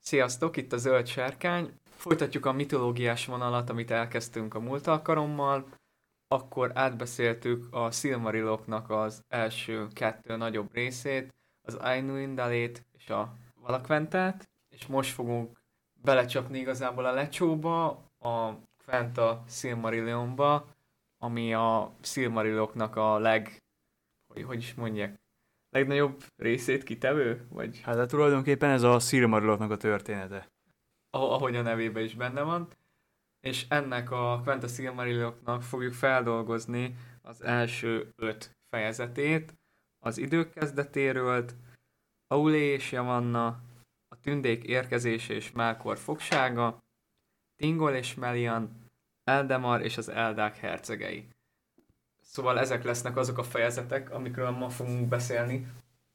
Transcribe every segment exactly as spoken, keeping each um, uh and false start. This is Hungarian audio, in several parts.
Sziasztok, itt a Zöld Sárkány. Folytatjuk a mitológiás vonalat, amit elkezdtünk a múlt alkalommal. Akkor átbeszéltük a Silmarilloknak az első kettő nagyobb részét, az Ainulindalét és a Valakventát, és most fogunk belecsapni igazából a lecsóba, a Quenta Silmarillionba, ami a Silmarilloknak a leg... hogy, hogy is mondják? Legnagyobb részét kitevő? Vagy... Hát de tulajdonképpen ez a Silmarilloknak a története. ahogy a nevében is benne van, és ennek a Quenta Silmarilloknak fogjuk feldolgozni az első öt fejezetét, az idők kezdetéről, Aulé és Javanna, a tündék érkezése és Melkor fogsága, Tingol és Melian, Eldemar és az Eldák hercegei. Szóval ezek lesznek azok a fejezetek, amikről ma fogunk beszélni.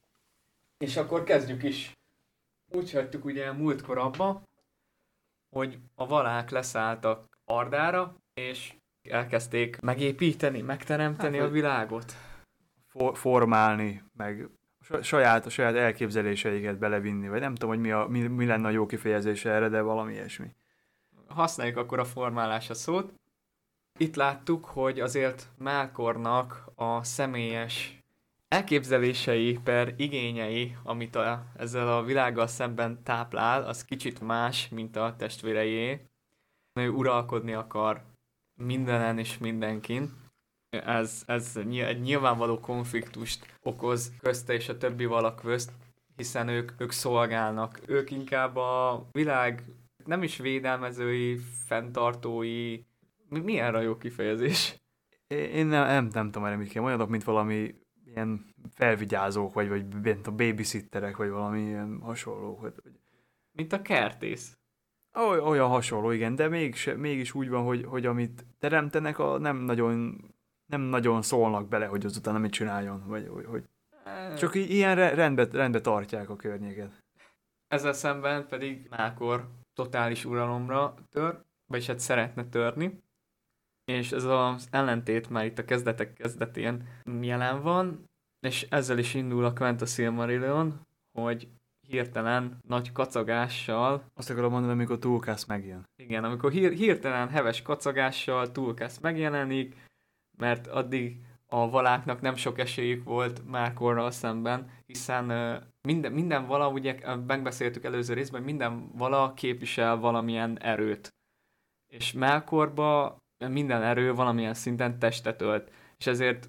És akkor kezdjük is. Úgy hagytuk ugye múltkor abba, hogy a valák leszálltak Ardára, és elkezdték megépíteni, megteremteni hát, a világot. For- formálni, meg saját, a saját elképzeléseiket belevinni, vagy nem tudom, hogy mi, a, mi, mi lenne a jó kifejezése erre, de valami ilyesmi. Használjuk akkor a formálás a szót. Itt láttuk, hogy azért Melkornak a személyes elképzelései per igényei, amit a, ezzel a világgal szemben táplál, az kicsit más, mint a testvéreié. Ő uralkodni akar mindenen és mindenkin. Ez, ez egy nyilvánvaló konfliktust okoz közte és a többi valak közt, hiszen ők, ők szolgálnak. Ők inkább a világ nem is védelmezői, fenntartói. Mi erre a jó kifejezés? Én nem, nem, nem tudom erre mit kell, olyanok, mint valami ilyen felvigyázók, vagy, vagy bent a babysitterek, vagy valami ilyen hasonló. Hogy... Mint a kertész. Oly, olyan hasonló, igen, de mégis, mégis úgy van, hogy, hogy amit teremtenek, a nem nagyon, nem nagyon szólnak bele, hogy azután mit csináljon, vagy hogy, hogy... csak í- ilyen rendbe, rendbe tartják a környéket. Ezzel szemben pedig Melkor totális uralomra tör, vagyis hát szeretne törni, és ez az ellentét már itt a kezdetek kezdetén jelen van, és ezzel is indul a Quenta Silmarillion, hogy hirtelen nagy kacagással... Azt akarom mondani, amikor Tulkász megjön. Igen, amikor hír, hirtelen heves kacagással Tulkász megjelenik, mert addig a valáknak nem sok esélyük volt Melkorral szemben, hiszen uh, minden, minden vala, ugye megbeszéltük előző részben, minden vala képvisel valamilyen erőt. És Melkorba minden erő valamilyen szinten testet ölt, és ezért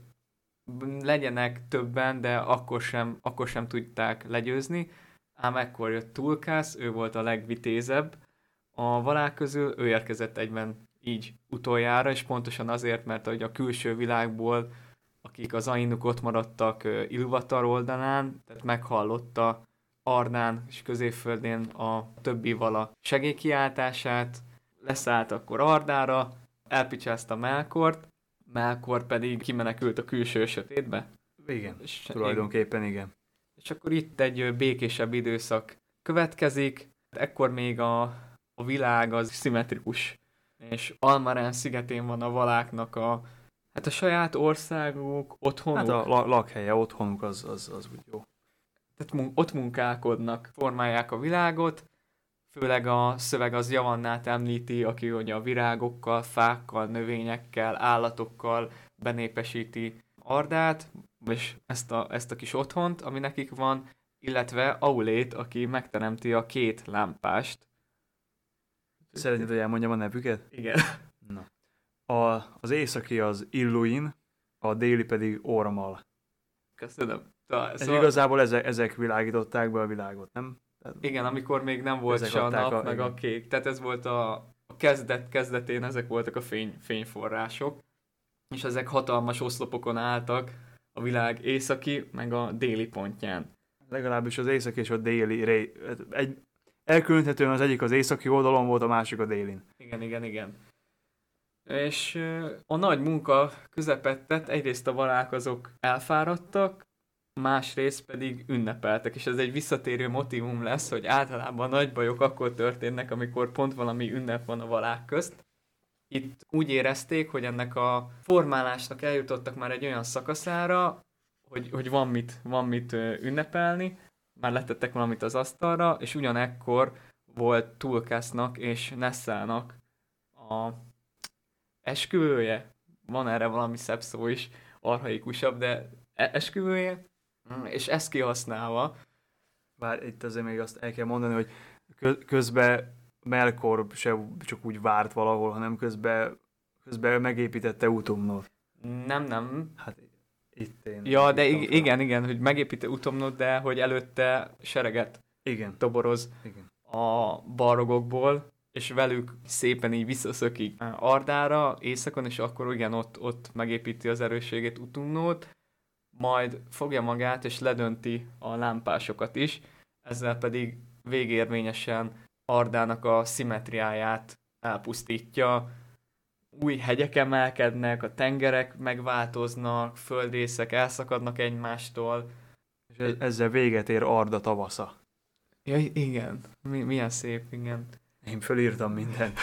legyenek többen, de akkor sem, akkor sem tudták legyőzni, ám ekkor jött Tulkász, ő volt a legvitézebb a valák közül, ő érkezett egyben így utoljára, és pontosan azért, mert hogy a külső világból, akik az Ainuk ott maradtak Ilúvatar oldalán, tehát meghallotta Ardán és Középföldén a többi vala segélykiáltását, leszállt akkor Ardára, elpicsázta Melkort, Melkor pedig kimenekült a külső sötétbe. Igen, és tulajdonképpen igen. És akkor itt egy békésebb időszak következik, ekkor még a, a világ az szimmetrikus, és Almarán szigetén van a valáknak a, hát a saját országuk, otthonuk. Hát a la- lakhelye, otthonuk az, az, az úgy jó. Tehát mun- ott munkálkodnak, formálják a világot, főleg a szöveg az Javannát említi, aki ugye a virágokkal, fákkal, növényekkel, állatokkal benépesíti Ardát, és ezt a, ezt a kis otthont, ami nekik van, illetve Aulét, aki megteremti a két lámpást. Szeretnéd, hogy elmondjam a nevüket? Igen. Na. A, az északi az Illuin, a déli pedig Ormal. Köszönöm. Ta, Ez szóval... igazából ezek, ezek világították be a világot, nem? Tehát igen, amikor még nem volt se a nap, a, meg igen. a kék. Tehát ez volt a, a kezdet kezdetén, ezek voltak a fény, fényforrások. És ezek hatalmas oszlopokon álltak a világ északi, meg a déli pontján. Legalábbis az északi és a déli ré... egy... elkülönhetően az egyik az északi oldalon volt, a másik a délin. Igen, igen, igen. És a nagy munka közepette egyrészt a valák azok elfáradtak, másrészt pedig ünnepeltek, és ez egy visszatérő motívum lesz, hogy általában nagy bajok akkor történnek, amikor pont valami ünnep van a valák közt. Itt úgy érezték, hogy ennek a formálásnak eljutottak már egy olyan szakaszára, hogy, hogy van, mit, van mit ünnepelni, már letettek valamit az asztalra, és ugyanekkor volt Tulkásznak és Nessának a esküvője. Van erre valami szebb szó is, archaikusabb, de esküvője, és ezt kihasználva. Bár itt azért még azt el kell mondani, hogy közben Melkor se csak úgy várt valahol, hanem közben, közben megépítette Utumnot. Nem, nem. Hát itt én... Ja, de ig- igen, igen, hogy megépítette Utumnot, de hogy előtte sereget igen. toboroz igen. a balrogokból, és velük szépen így visszaszökik Ardára, északon, és akkor igen, ott, ott megépíti az erősségét Utumnót, majd fogja magát, és ledönti a lámpásokat is, ezzel pedig végérvényesen Ardának a szimmetriáját elpusztítja. Új hegyek emelkednek, a tengerek megváltoznak, földrészek elszakadnak egymástól. És ezzel véget ér Arda tavasza. Ja, igen. Mi, milyen szép, igen. Én fölírtam mindent.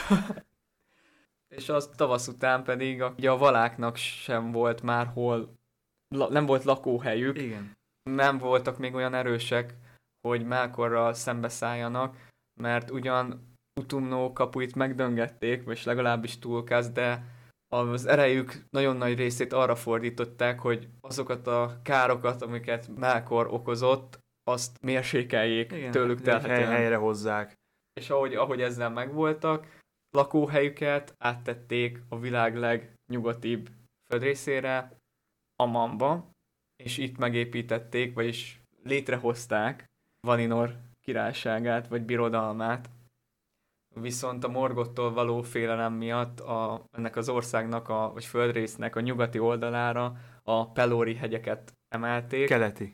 És az tavasz után pedig a, ugye a valáknak sem volt már hol, la, nem volt lakóhelyük. Igen. Nem voltak még olyan erősek, hogy Melkorral szembeszálljanak, mert ugyan Utumnó kapuit megdöngették, vagy legalábbis Tulkász, de az erejük nagyon nagy részét arra fordították, hogy azokat a károkat, amiket Melkor okozott, azt mérsékeljék. Igen, tőlük telhetően. Hely, helyre hozzák. És ahogy, ahogy ezzel megvoltak, lakóhelyüket áttették a világ legnyugatibb földrészére, Amanba, és itt megépítették, vagyis létrehozták Valinor királyságát, vagy birodalmát. Viszont a Morgottól való félelem miatt a, ennek az országnak, a, vagy földrésznek a nyugati oldalára a Pelori hegyeket emelték. Keleti.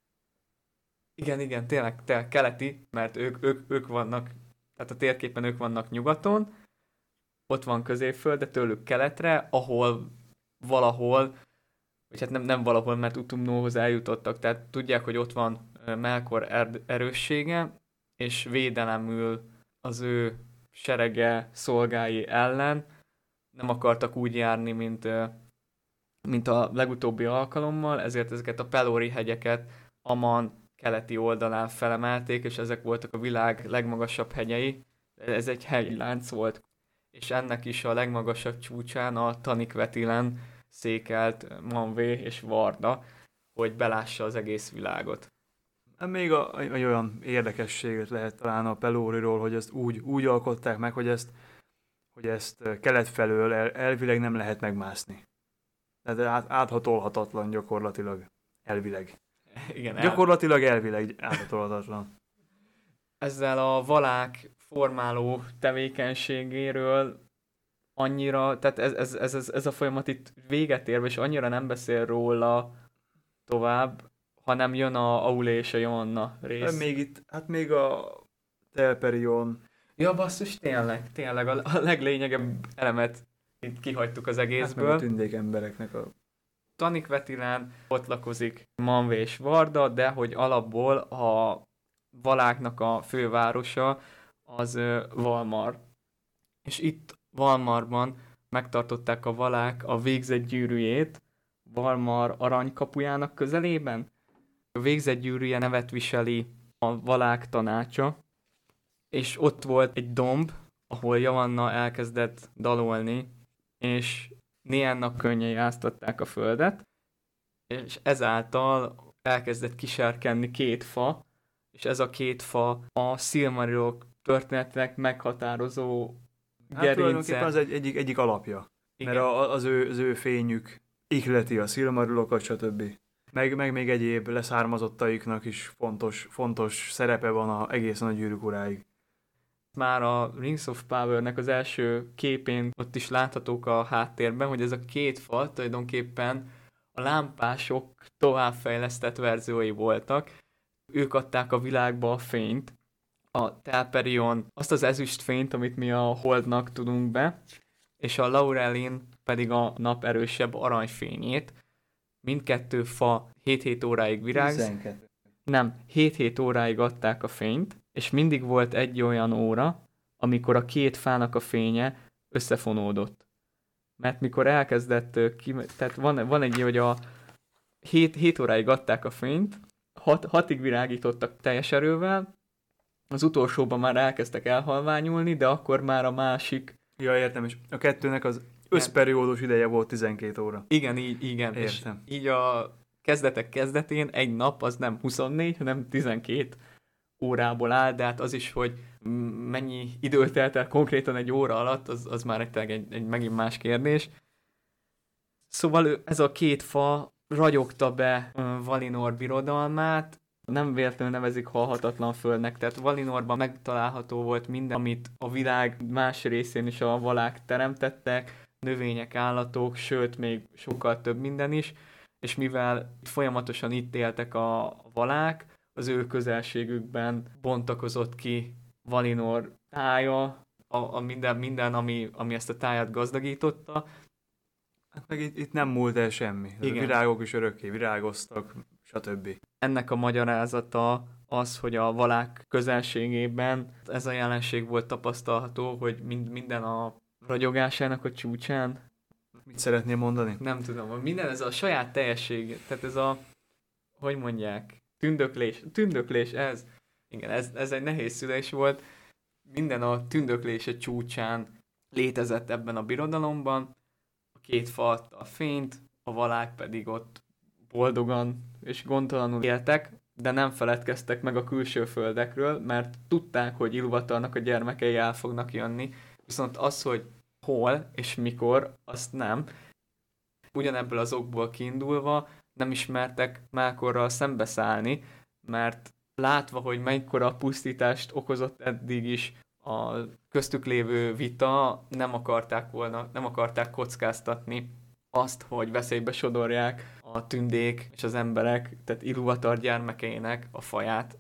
Igen, igen, tényleg, tényleg keleti, mert ők, ők, ők vannak, tehát a térképen ők vannak nyugaton, ott van Középföld, de tőlük keletre, ahol valahol, vagy hát nem, nem valahol, mert Utumnóhoz eljutottak, tehát tudják, hogy ott van Melkor er- erőssége, és védelemül az ő serege szolgái ellen nem akartak úgy járni, mint, mint a legutóbbi alkalommal, ezért ezeket a Pelori hegyeket Aman keleti oldalán felemelték, és ezek voltak a világ legmagasabb hegyei. Ez egy hegylánc volt, és ennek is a legmagasabb csúcsán a Tanikvetilen székelt Manvé és Varda, hogy belássa az egész világot. Még a, a, egy olyan érdekességet lehet talán a Pelóriról, hogy ezt úgy, úgy alkották meg, hogy ezt, hogy ezt kelet felől el, elvileg nem lehet megmászni. Tehát át, áthatolhatatlan gyakorlatilag, elvileg. Igen, gyakorlatilag elvileg áthatolhatatlan. Ezzel a valák formáló tevékenységéről annyira, tehát ez, ez, ez, ez, ez a folyamat itt véget ér, és annyira nem beszél róla tovább, hanem jön a Aule és a Joanna rész. Még itt, hát még a Telperion. Ja, basszus, tényleg, tényleg a, a leglényegebb elemet itt kihagytuk az egészből. Hát meg a tündék embereknek a... Tanikvetilán ott lakozik Manvé és Varda, de hogy alapból a valáknak a fővárosa az Valmar. És itt Valmarban megtartották a valák a végzett gyűrűjét Valmar aranykapujának közelében. A végzett gyűrűje nevet viseli a valák tanácsa, és ott volt egy domb, ahol Javanna elkezdett dalolni, és Niennak könnyei áztatták a földet, és ezáltal elkezdett kiserkenni két fa, és ez a két fa a Silmarilok történetnek meghatározó hát gerince. tulajdonképpen az egy, egyik, egyik alapja. Igen. Mert a, az, ő, az ő fényük ihleti a Silmarilokat, stb. Meg, meg még egyéb leszármazottaiknak is fontos, fontos szerepe van a, egészen a Gyűrűk uráig. Már a Rings of Power-nek az első képén ott is láthatók a háttérben, hogy ez a két fal tulajdonképpen a lámpások továbbfejlesztett verziói voltak. Ők adták a világba a fényt, a Telperion azt az ezüstfényt, amit mi a Holdnak tudunk be, és a Laurelin pedig a nap erősebb aranyfényét. Mindkettő fa hét-hét óráig virágzott. tizenkettő Nem, hét-hét óráig adták a fényt, és mindig volt egy olyan óra, amikor a két fának a fénye összefonódott. Mert mikor elkezdett, ki, tehát van, van egy, hogy a hét óráig adták a fényt, hat, hatig virágítottak teljes erővel, Az utolsóban már elkezdtek elhalványulni, de akkor már a másik... Ja, értem, és a kettőnek az összperiódus ideje volt tizenkét óra. Igen, így, igen. Értem. És így a kezdetek kezdetén egy nap az nem huszonnégy, hanem tizenkét órából áll, de hát az is, hogy mennyi idő telt el konkrétan egy óra alatt, az, az már egy, egy, egy megint más kérdés. Szóval ez a két fa ragyogta be Valinor birodalmát, nem véletlenül nevezik halhatatlan földnek, tehát Valinorban megtalálható volt minden, amit a világ más részén is a valák teremtettek, növények, állatok, sőt, még sokkal több minden is, és mivel folyamatosan itt éltek a valák, az ő közelségükben bontakozott ki Valinor tája, a, a minden, minden ami, ami ezt a tájat gazdagította. Hát meg itt, itt nem múlt el semmi. A virágok is örökké virágoztak, stb. Ennek a magyarázata az, hogy a valák közelségében ez a jelenség volt tapasztalható, hogy mind, minden a ragyogásának a csúcsán. Mit szeretnél mondani? Nem tudom, minden ez a saját teljesség, tehát ez a, hogy mondják, tündöklés, tündöklés ez, igen, ez, ez egy nehéz szülés volt, minden a tündöklése csúcsán létezett ebben a birodalomban, a két fa adta a fényt, a valák pedig ott boldogan és gondtalanul éltek, de nem feledkeztek meg a külső földekről, mert tudták, hogy Ilúvatarnak a gyermekei el fognak jönni, viszont az, hogy hol és mikor, azt nem. Ugyanebből az okból kiindulva nem ismertek Melkorral szembeszállni, mert látva, hogy mekkora pusztítást okozott eddig is a köztük lévő vita, nem akarták volna, nem akarták kockáztatni azt, hogy veszélybe sodorják a tündék és az emberek, tehát Ilúvatar gyermekeinek a faját.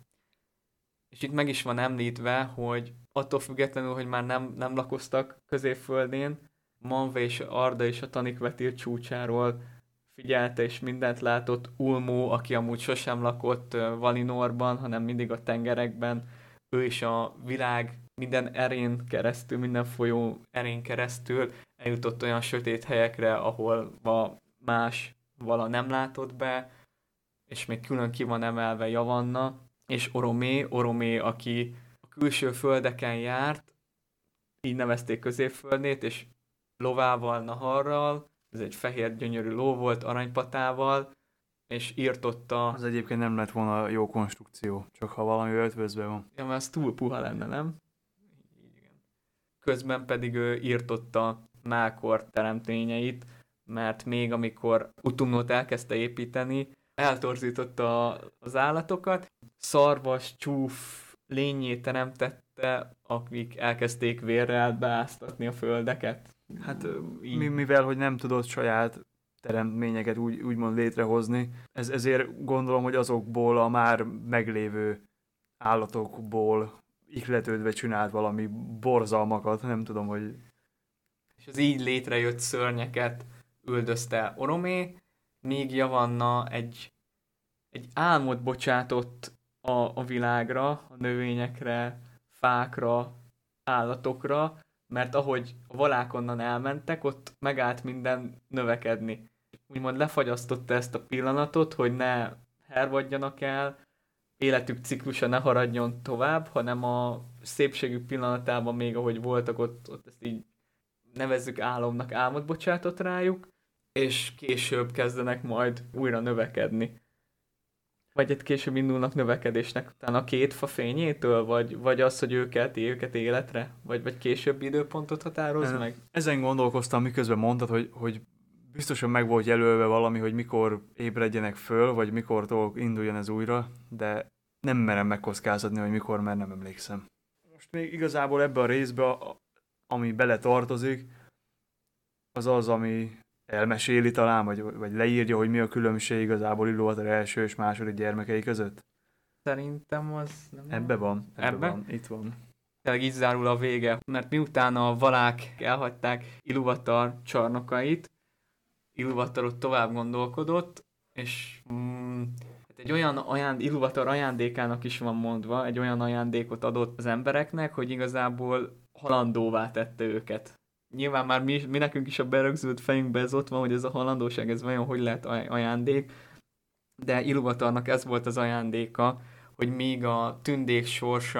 És itt meg is van említve, hogy attól függetlenül, hogy már nem, nem lakoztak Középföldén, Manve és Arda és a Tanikvetir csúcsáról figyelte és mindent látott Ulmo, aki amúgy sosem lakott Valinorban, hanem mindig a tengerekben. Ő is a világ minden erén keresztül, minden folyó erén keresztül eljutott olyan sötét helyekre, ahol a más vala nem látott be, és még külön ki van emelve Javanna, és Oromé, Oromé, aki a külső földeken járt, így nevezték Középföldnét, és lovával, Naharral, ez egy fehér gyönyörű ló volt, aranypatával, és írtotta... Az egyébként nem lett volna jó konstrukció, csak ha valami ötvözve van. Ja, mert ez túl puha lenne, nem? Közben pedig ő írtotta Melkor teremtményeit, mert még amikor Utumnót elkezdte építeni, eltorzította az állatokat, szarvas, csúf lényét teremtette, akik elkezdték vérrel beáztatni a földeket. Hát így. Mivel, hogy nem tudott saját teremtményeket úgy, úgymond létrehozni, ez, ezért gondolom, hogy azokból a már meglévő állatokból ihletődve csinált valami borzalmakat, nem tudom, hogy... És az így létrejött szörnyeket üldözte Oromé, míg Javanna egy, egy álmot bocsátott a, a világra, a növényekre, fákra, állatokra, mert ahogy a valák onnan elmentek, ott megállt minden növekedni. Úgymond lefagyasztotta ezt a pillanatot, hogy ne hervadjanak el, életük ciklusa ne haradjon tovább, hanem a szépségük pillanatában még ahogy voltak ott, ott ezt így nevezzük álomnak, álmot bocsátott rájuk, és később kezdenek majd újra növekedni. Vagy egy később indulnak növekedésnek utána a két fa fényétől, vagy, vagy az, hogy ő kelti őket életre? Vagy, vagy később időpontot határoz e, meg? Ezen gondolkoztam, miközben mondtad, hogy, hogy biztosan meg volt jelölve valami, hogy mikor ébredjenek föl, vagy mikor induljon ez újra, de nem merem megkockázatni, hogy mikor, mert nem emlékszem. Most még igazából ebbe a részbe, ami bele tartozik, az az, ami elmeséli talán, vagy, vagy leírja, hogy mi a különbség igazából Ilúvatar első és második gyermekei között? Szerintem az... Nem ebbe van. Ebbe, ebbe? van. Itt van. Tényleg így zárul a vége, mert miután a valák elhagyták Ilúvatar csarnokait, Ilúvatar ott tovább gondolkodott, és mm, egy olyan ajánd, Ilúvatar ajándékának is van mondva, egy olyan ajándékot adott az embereknek, hogy igazából halandóvá tette őket. Nyilván már mi, mi nekünk is a berögzült fejünkben ez ott van, hogy ez a halandóság, ez vajon hogy lehet ajándék, de Ilúvatarnak ez volt az ajándéka, hogy míg a tündék sorsa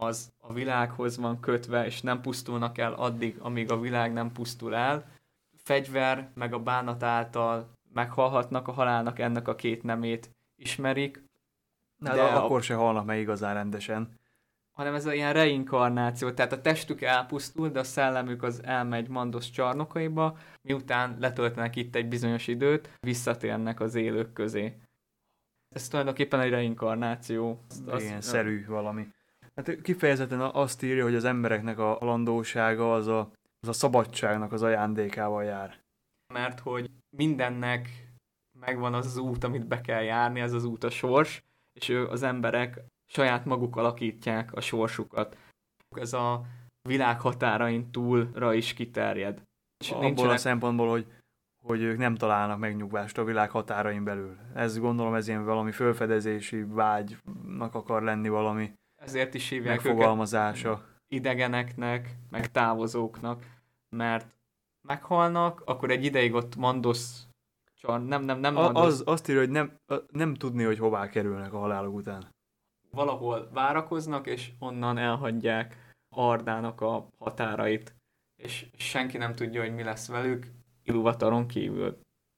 az a világhoz van kötve, és nem pusztulnak el addig, amíg a világ nem pusztul el. Fegyver meg a bánat által meghalhatnak, a halálnak ennek a két nemét ismerik. De, de akkor a... se halnak meg igazán rendesen. Hanem ez a ilyen reinkarnáció, tehát a testük elpusztul, de a szellemük az elmegy Mandos csarnokaiba, miután letöltenek itt egy bizonyos időt, visszatérnek az élők közé. Ez tulajdonképpen egy reinkarnáció. Igen, az... szerű valami. Hát kifejezetten azt írja, hogy az embereknek a landósága az a, az a szabadságnak az ajándékával jár. Mert hogy mindennek megvan az az út, amit be kell járni, ez az út a sors, és ő, az emberek saját maguk alakítják a sorsukat. Ez a világ határain túlra is kiterjed. Abból nincsenek... a szempontból, hogy, hogy ők nem találnak megnyugvást a világ határain belül. Ez gondolom, ez ilyen valami felfedezési vágynak akar lenni valami. Ezért is hívják megfogalmazása. Idegeneknek, meg távozóknak, mert meghalnak, akkor egy ideig ott Mandos csar... Nem, nem, nem Mandos... Az, azt írja, hogy nem, nem tudni, hogy hová kerülnek a haláluk után. Valahol várakoznak, és onnan elhagyják Ardának a határait, és senki nem tudja, hogy mi lesz velük, Ilúvataron kívül.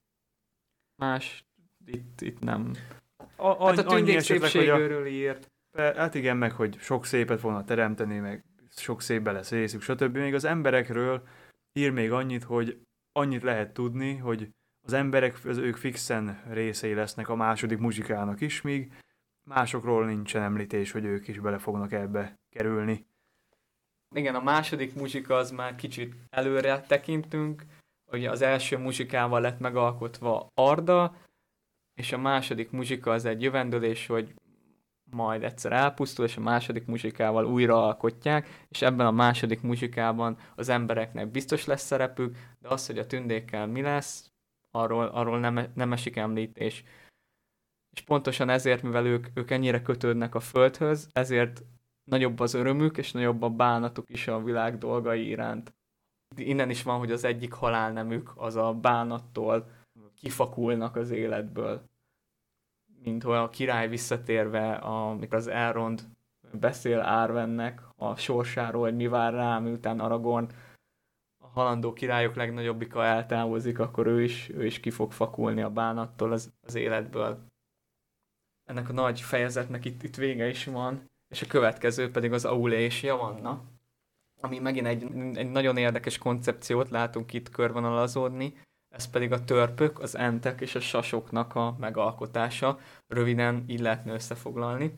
Más itt, itt nem. A, a, hát a tündék szépségéről írt. Hát igen, meg hogy sok szépet fognak teremteni, meg sok szépbe lesz részük, stb. Még az emberekről ír még annyit, hogy annyit lehet tudni, hogy az emberek, az ők fixen részei lesznek a második muzsikának is, míg másokról nincsen említés, hogy ők is bele fognak ebbe kerülni. Igen, a második muzsika az már kicsit előre tekintünk. Ugye az első muzsikával lett megalkotva Arda, és a második muzsika az egy jövendőlés, hogy majd egyszer elpusztul, és a második muzsikával újra alkotják, és ebben a második muzsikában az embereknek biztos lesz szerepük, de az, hogy a tündékkel mi lesz, arról, arról nem, nem esik említés. És pontosan ezért, mivel ők, ők ennyire kötődnek a földhöz, ezért nagyobb az örömük, és nagyobb a bánatuk is a világ dolgai iránt. Innen is van, hogy az egyik halálnemük az a bánattól kifakulnak az életből. Mint hogy a király visszatérve, amikor az Elrond beszél Arwennek a sorsáról, hogy mi vár rá, miután Aragorn a halandó királyok legnagyobbika eltávozik, akkor ő is, ő is ki fog fakulni a bánattól az, az életből. Ennek a nagy fejezetnek itt, itt vége is van, és a következő pedig az Aule és Javanna, ami megint egy, egy nagyon érdekes koncepciót látunk itt körvonalazódni, ez pedig a törpök, az entek és a sasoknak a megalkotása, röviden így lehetne összefoglalni.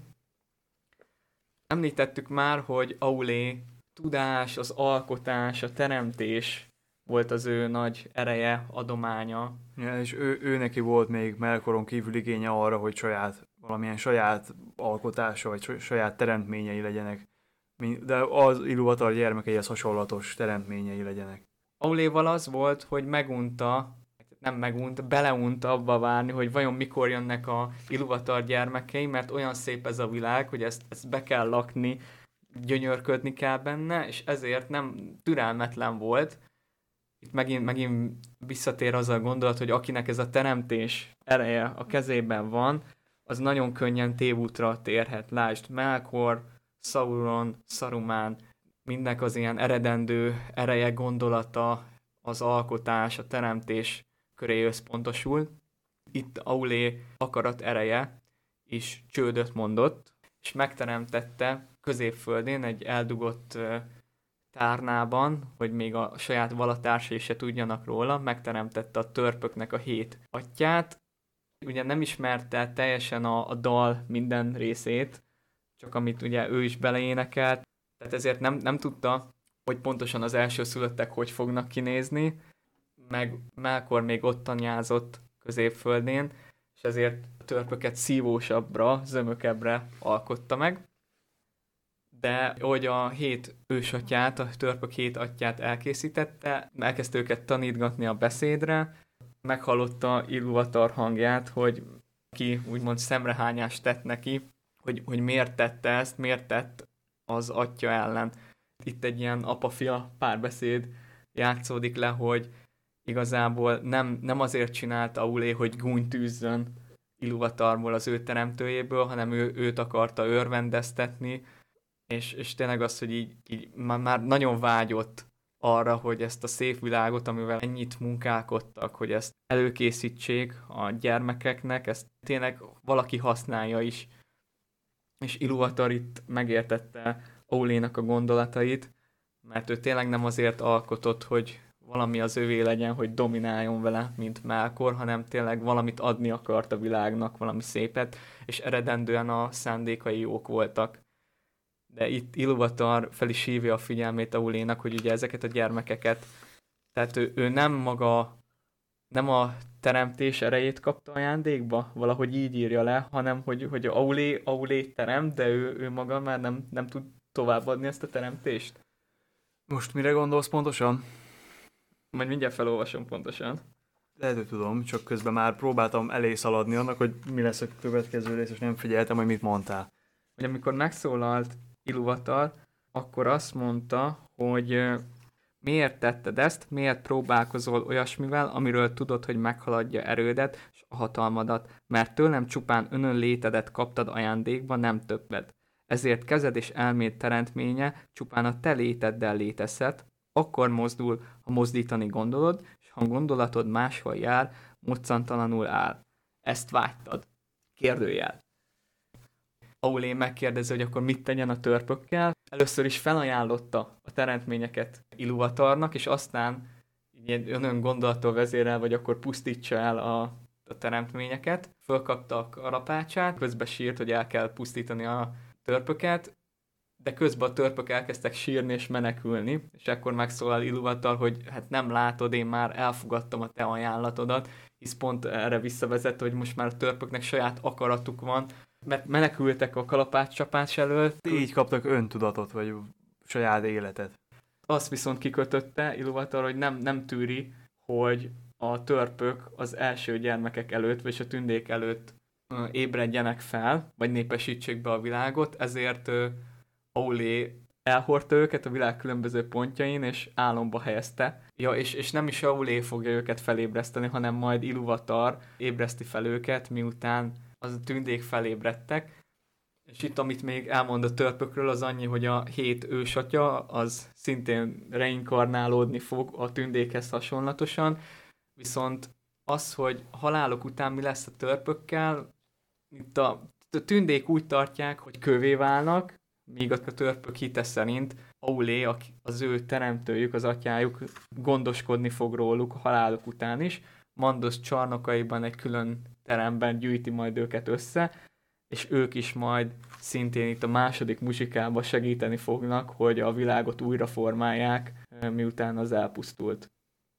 Említettük már, hogy Aule tudás, az alkotás, a teremtés volt az ő nagy ereje, adománya. Ja, és ő, ő neki volt még Melkoron kívül igénye arra, hogy saját, valamilyen saját alkotása, vagy saját teremtményei legyenek. De az Ilúvatar gyermekeihez hasonlatos teremtményei legyenek. Auléval az volt, hogy megunta, nem megunta, beleunta abba várni, hogy vajon mikor jönnek a Ilúvatar gyermekei, mert olyan szép ez a világ, hogy ezt, ezt be kell lakni, gyönyörködni kell benne, és ezért nem türelmetlen volt. Itt megint, megint visszatér az a gondolat, hogy akinek ez a teremtés ereje a kezében van, az nagyon könnyen tévútra térhet. Lásd, Melkor, Sauron, Saruman, mindnek az ilyen eredendő ereje, gondolata, az alkotás, a teremtés köré összpontosul. Itt Aule akarat ereje is csődöt mondott, és megteremtette Középföldén egy eldugott tárnában, hogy még a saját valatársai se tudjanak róla, megteremtette a törpöknek a hét atyát. Ugye nem ismerte teljesen a, a dal minden részét, csak amit ugye ő is beleénekelt, tehát ezért nem, nem tudta, hogy pontosan az elsőszülöttek hogy fognak kinézni, meg Melkor még ott tanyázott Középföldén, és ezért a törpöket szívósabbra, zömökebbre alkotta meg. De hogy a hét ősatyát, a törpök hét atyát elkészítette, elkezdte őket tanítgatni a beszédre, meghallotta Ilúvatar hangját, hogy ki úgymond szemrehányást tett neki, hogy, hogy miért tette ezt, miért tett az atya ellen. Itt egy ilyen apa-fia párbeszéd játszódik le, hogy igazából nem, nem azért csinálta Aule, hogy gúnyt tűzzön Ilúvatarból, az ő teremtőjéből, hanem ő, őt akarta örvendeztetni, és, és tényleg az, hogy így, így már, már nagyon vágyott arra, hogy ezt a szép világot, amivel ennyit munkálkodtak, hogy ezt előkészítsék a gyermekeknek, ezt tényleg valaki használja is. És Ilúvatar itt megértette Aulénak a gondolatait, mert ő tényleg nem azért alkotott, hogy valami az övé legyen, hogy domináljon vele, mint Melkor, hanem tényleg valamit adni akart a világnak, valami szépet, és eredendően a szándékai jók voltak. De itt Ilúvatar fel is hívja a figyelmét Aulénak, hogy ugye ezeket a gyermekeket, tehát ő, ő nem maga, nem a teremtés erejét kapta ajándékba, valahogy így írja le, hanem hogy, hogy Aulé, Aulé teremt, de ő, ő maga már nem, nem tud továbbadni ezt a teremtést. Most mire gondolsz pontosan? Majd mindjárt felolvasom pontosan. Lehet, hogy tudom, csak közben már próbáltam elé szaladni annak, hogy mi lesz a következő rész, és nem figyeltem, hogy mit mondtál. Hogy amikor megszólalt Ilúvatar, akkor azt mondta, hogy miért tetted ezt, miért próbálkozol olyasmivel, amiről tudod, hogy meghaladja erődet és a hatalmadat, mert tőlem csupán önönlétedet kaptad ajándékba, nem többet. Ezért kezed és elméd teremtménye csupán a te léteddel létezhet, akkor mozdul, ha mozdítani gondolod, és ha gondolatod máshol jár, moccantalanul áll. Ezt vágytad. Kérdőjel. Aulé megkérdezi, hogy akkor mit tegyen a törpökkel. Először is felajánlotta a teremtményeket Ilúvatarnak, és aztán ilyen önön gondolattól vezérel, vagy akkor pusztítsa el a, a teremtményeket. Fölkapta a kalapácsát, közben sírt, hogy el kell pusztítani a törpöket, de közben a törpök elkezdtek sírni és menekülni, és akkor megszólal Ilúvatar, hogy hát nem látod, én már elfogadtam a te ajánlatodat, hisz pont erre visszavezet, hogy most már a törpöknek saját akaratuk van, mert menekültek a kalapácscsapás elől. Így kaptak öntudatot, vagy saját életet. Azt viszont kikötötte Ilúvatar, hogy nem, nem tűri, hogy a törpök az első gyermekek előtt, vagy a tündék előtt ébredjenek fel, vagy népesítsék be a világot, ezért Aulé elhordta őket a világ különböző pontjain, és álomba helyezte. Ja, és, és nem is Aulé fogja őket felébreszteni, hanem majd Ilúvatar ébreszti fel őket, miután az a tündék felébredtek. És itt, amit még elmond a törpökről, az annyi, hogy a hét ősatya, az szintén reinkarnálódni fog a tündékhez hasonlatosan, viszont az, hogy halálok után mi lesz a törpökkel, itt a, a tündék úgy tartják, hogy kövé válnak, míg a törpök hite szerint Aulé, az ő teremtőjük, az atyájuk gondoskodni fog róluk a halálok után is. Mandos csarnokaiban egy külön teremben gyűjti majd őket össze, és ők is majd szintén itt a második muzsikában segíteni fognak, hogy a világot újra formálják, miután az elpusztult.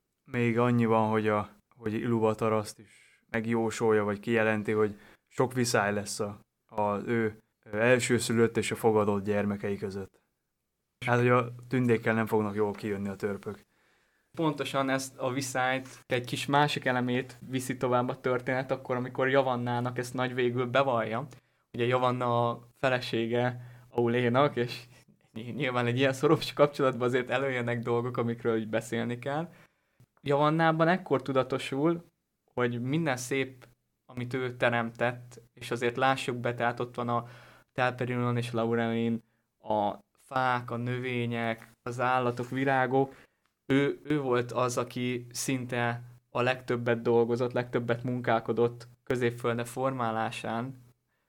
Még annyi van, hogy, a, hogy Ilúvatar azt is megjósolja, vagy kijelenti, hogy sok viszály lesz a, az ő elsőszülött és a fogadott gyermekei között. Hát, hogy a tündékkel nem fognak jól kijönni a törpök. Pontosan ezt a viszályt, egy kis másik elemét viszi tovább a történet, akkor, amikor Javannának ezt nagy végül bevallja. Ugye Javanna a felesége Aulénak, és nyilván egy ilyen szoros kapcsolatban azért előjönnek dolgok, amikről így beszélni kell. Javannában ekkor tudatosul, hogy minden szép, amit ő teremtett, és azért lássuk be, tehát ott van a Telperinon és Laurelin, a fák, a növények, az állatok, virágok. Ő, ő volt az, aki szinte a legtöbbet dolgozott, legtöbbet munkálkodott Középfölde formálásán,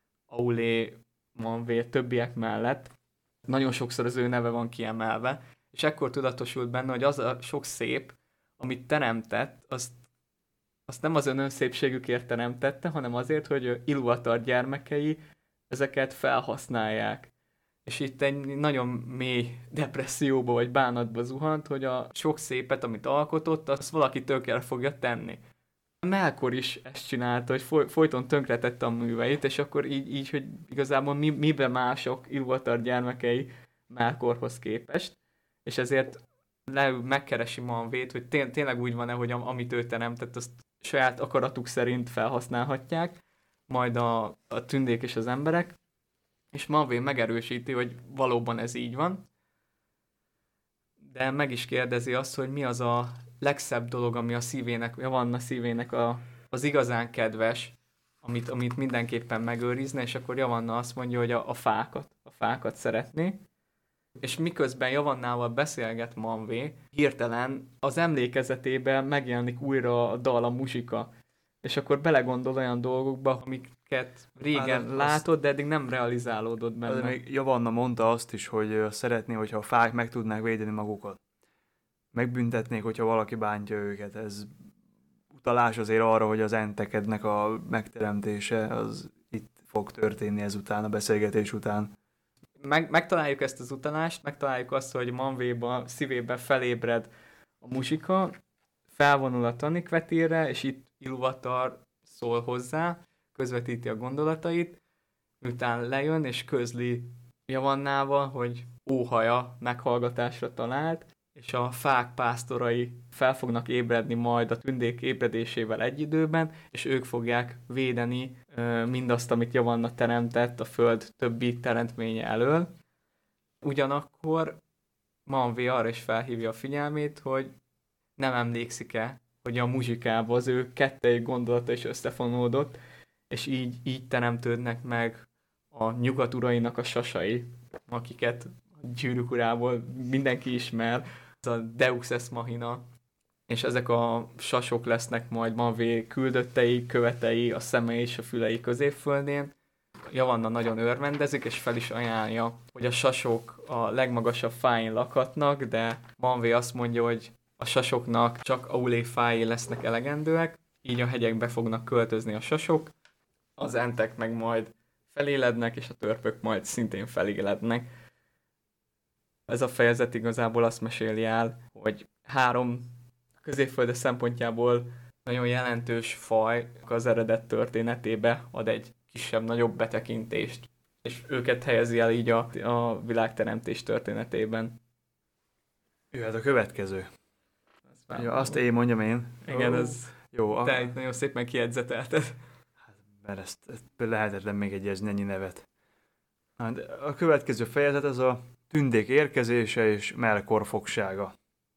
Aulé, Manvé, többiek mellett. Nagyon sokszor az ő neve van kiemelve, és ekkor tudatosult benne, hogy az a sok szép, amit teremtett, azt, azt nem az önön szépségükért teremtette, hanem azért, hogy Ilúvatar gyermekei ezeket felhasználják. És itt egy nagyon mély depresszióba vagy bánatba zuhant, hogy a sok szépet, amit alkotott, azt valaki tönkre fogja tenni. Melkor is ezt csinálta, hogy foly- folyton tönkretette a műveit, és akkor így, így hogy igazából mi, miben mások Ilúvatar gyermekei Melkorhoz képest, és ezért leül, megkeresi Manvét, hogy té- tényleg úgy van-e, hogy am- amit ő teremtett, azt saját akaratuk szerint felhasználhatják, majd a, a tündék és az emberek, és Manvé megerősíti, hogy valóban ez így van, de meg is kérdezi azt, hogy mi az a legszebb dolog, ami a szívének, Javanna szívének a, az igazán kedves, amit, amit mindenképpen megőrizne, és akkor Javanna azt mondja, hogy a, a fákat, a fákat szeretné, És miközben Javannával beszélget Manvé, hirtelen az emlékezetében megjelenik újra a dal, a muzsika. És akkor belegondol olyan dolgokba, amiket régen hát, látod, de eddig nem realizálódott benne. De még Javanna mondta azt is, hogy szeretné, hogyha a fák meg tudnák védeni magukat. Megbüntetnék, hogyha valaki bántja őket. Ez utalás azért arra, hogy az entekednek a megteremtése az itt fog történni ezután, a beszélgetés után. Meg, megtaláljuk ezt az utalást, megtaláljuk azt, hogy Manvéba szívébe felébred a muzsika, felvonul a tanikvetére, és itt Ilúvatar szól hozzá, közvetíti a gondolatait, miután lejön és közli Javannával, hogy óhaja meghallgatásra talált, és a fák pásztorai fel fognak ébredni majd a tündék ébredésével egy időben, és ők fogják védeni ö, mindazt, amit Javanna teremtett a föld többi teremtménye elől. Ugyanakkor Manvé arra is felhívja a figyelmét, hogy nem emlékszik-e, hogy a muzsikában az ő kettőjük gondolata is összefonódott, és így, így teremtődnek meg a nyugat urainak a sasai, akiket a Gyűrűk urából mindenki ismer, az a Deus Ex Machina, és ezek a sasok lesznek majd Manvé küldöttei, követei, a szemei és a fülei Középföldén. Javanna nagyon örvendezik, és fel is ajánlja, hogy a sasok a legmagasabb fáin lakhatnak, de Manvé azt mondja, hogy a sasoknak csak Aulé fái lesznek elegendőek, így a hegyekbe fognak költözni a sasok, az entek meg majd felélednek, és a törpök majd szintén felélednek. Ez a fejezet igazából azt meséli el, hogy három Középfölde szempontjából nagyon jelentős faj az eredet történetébe ad egy kisebb-nagyobb betekintést, és őket helyezi el így a, a világteremtés történetében. Jöhet a következő. Azt, ja, azt én mondjam én. Igen, oh. ez jó. Te a... nagyon szépen kiedzetelted. Hát, mert ezt, ezt lehetetlen megjegyezni ennyi nevet. Hát, a következő fejezet az a tündék érkezése és Melkor fogsága.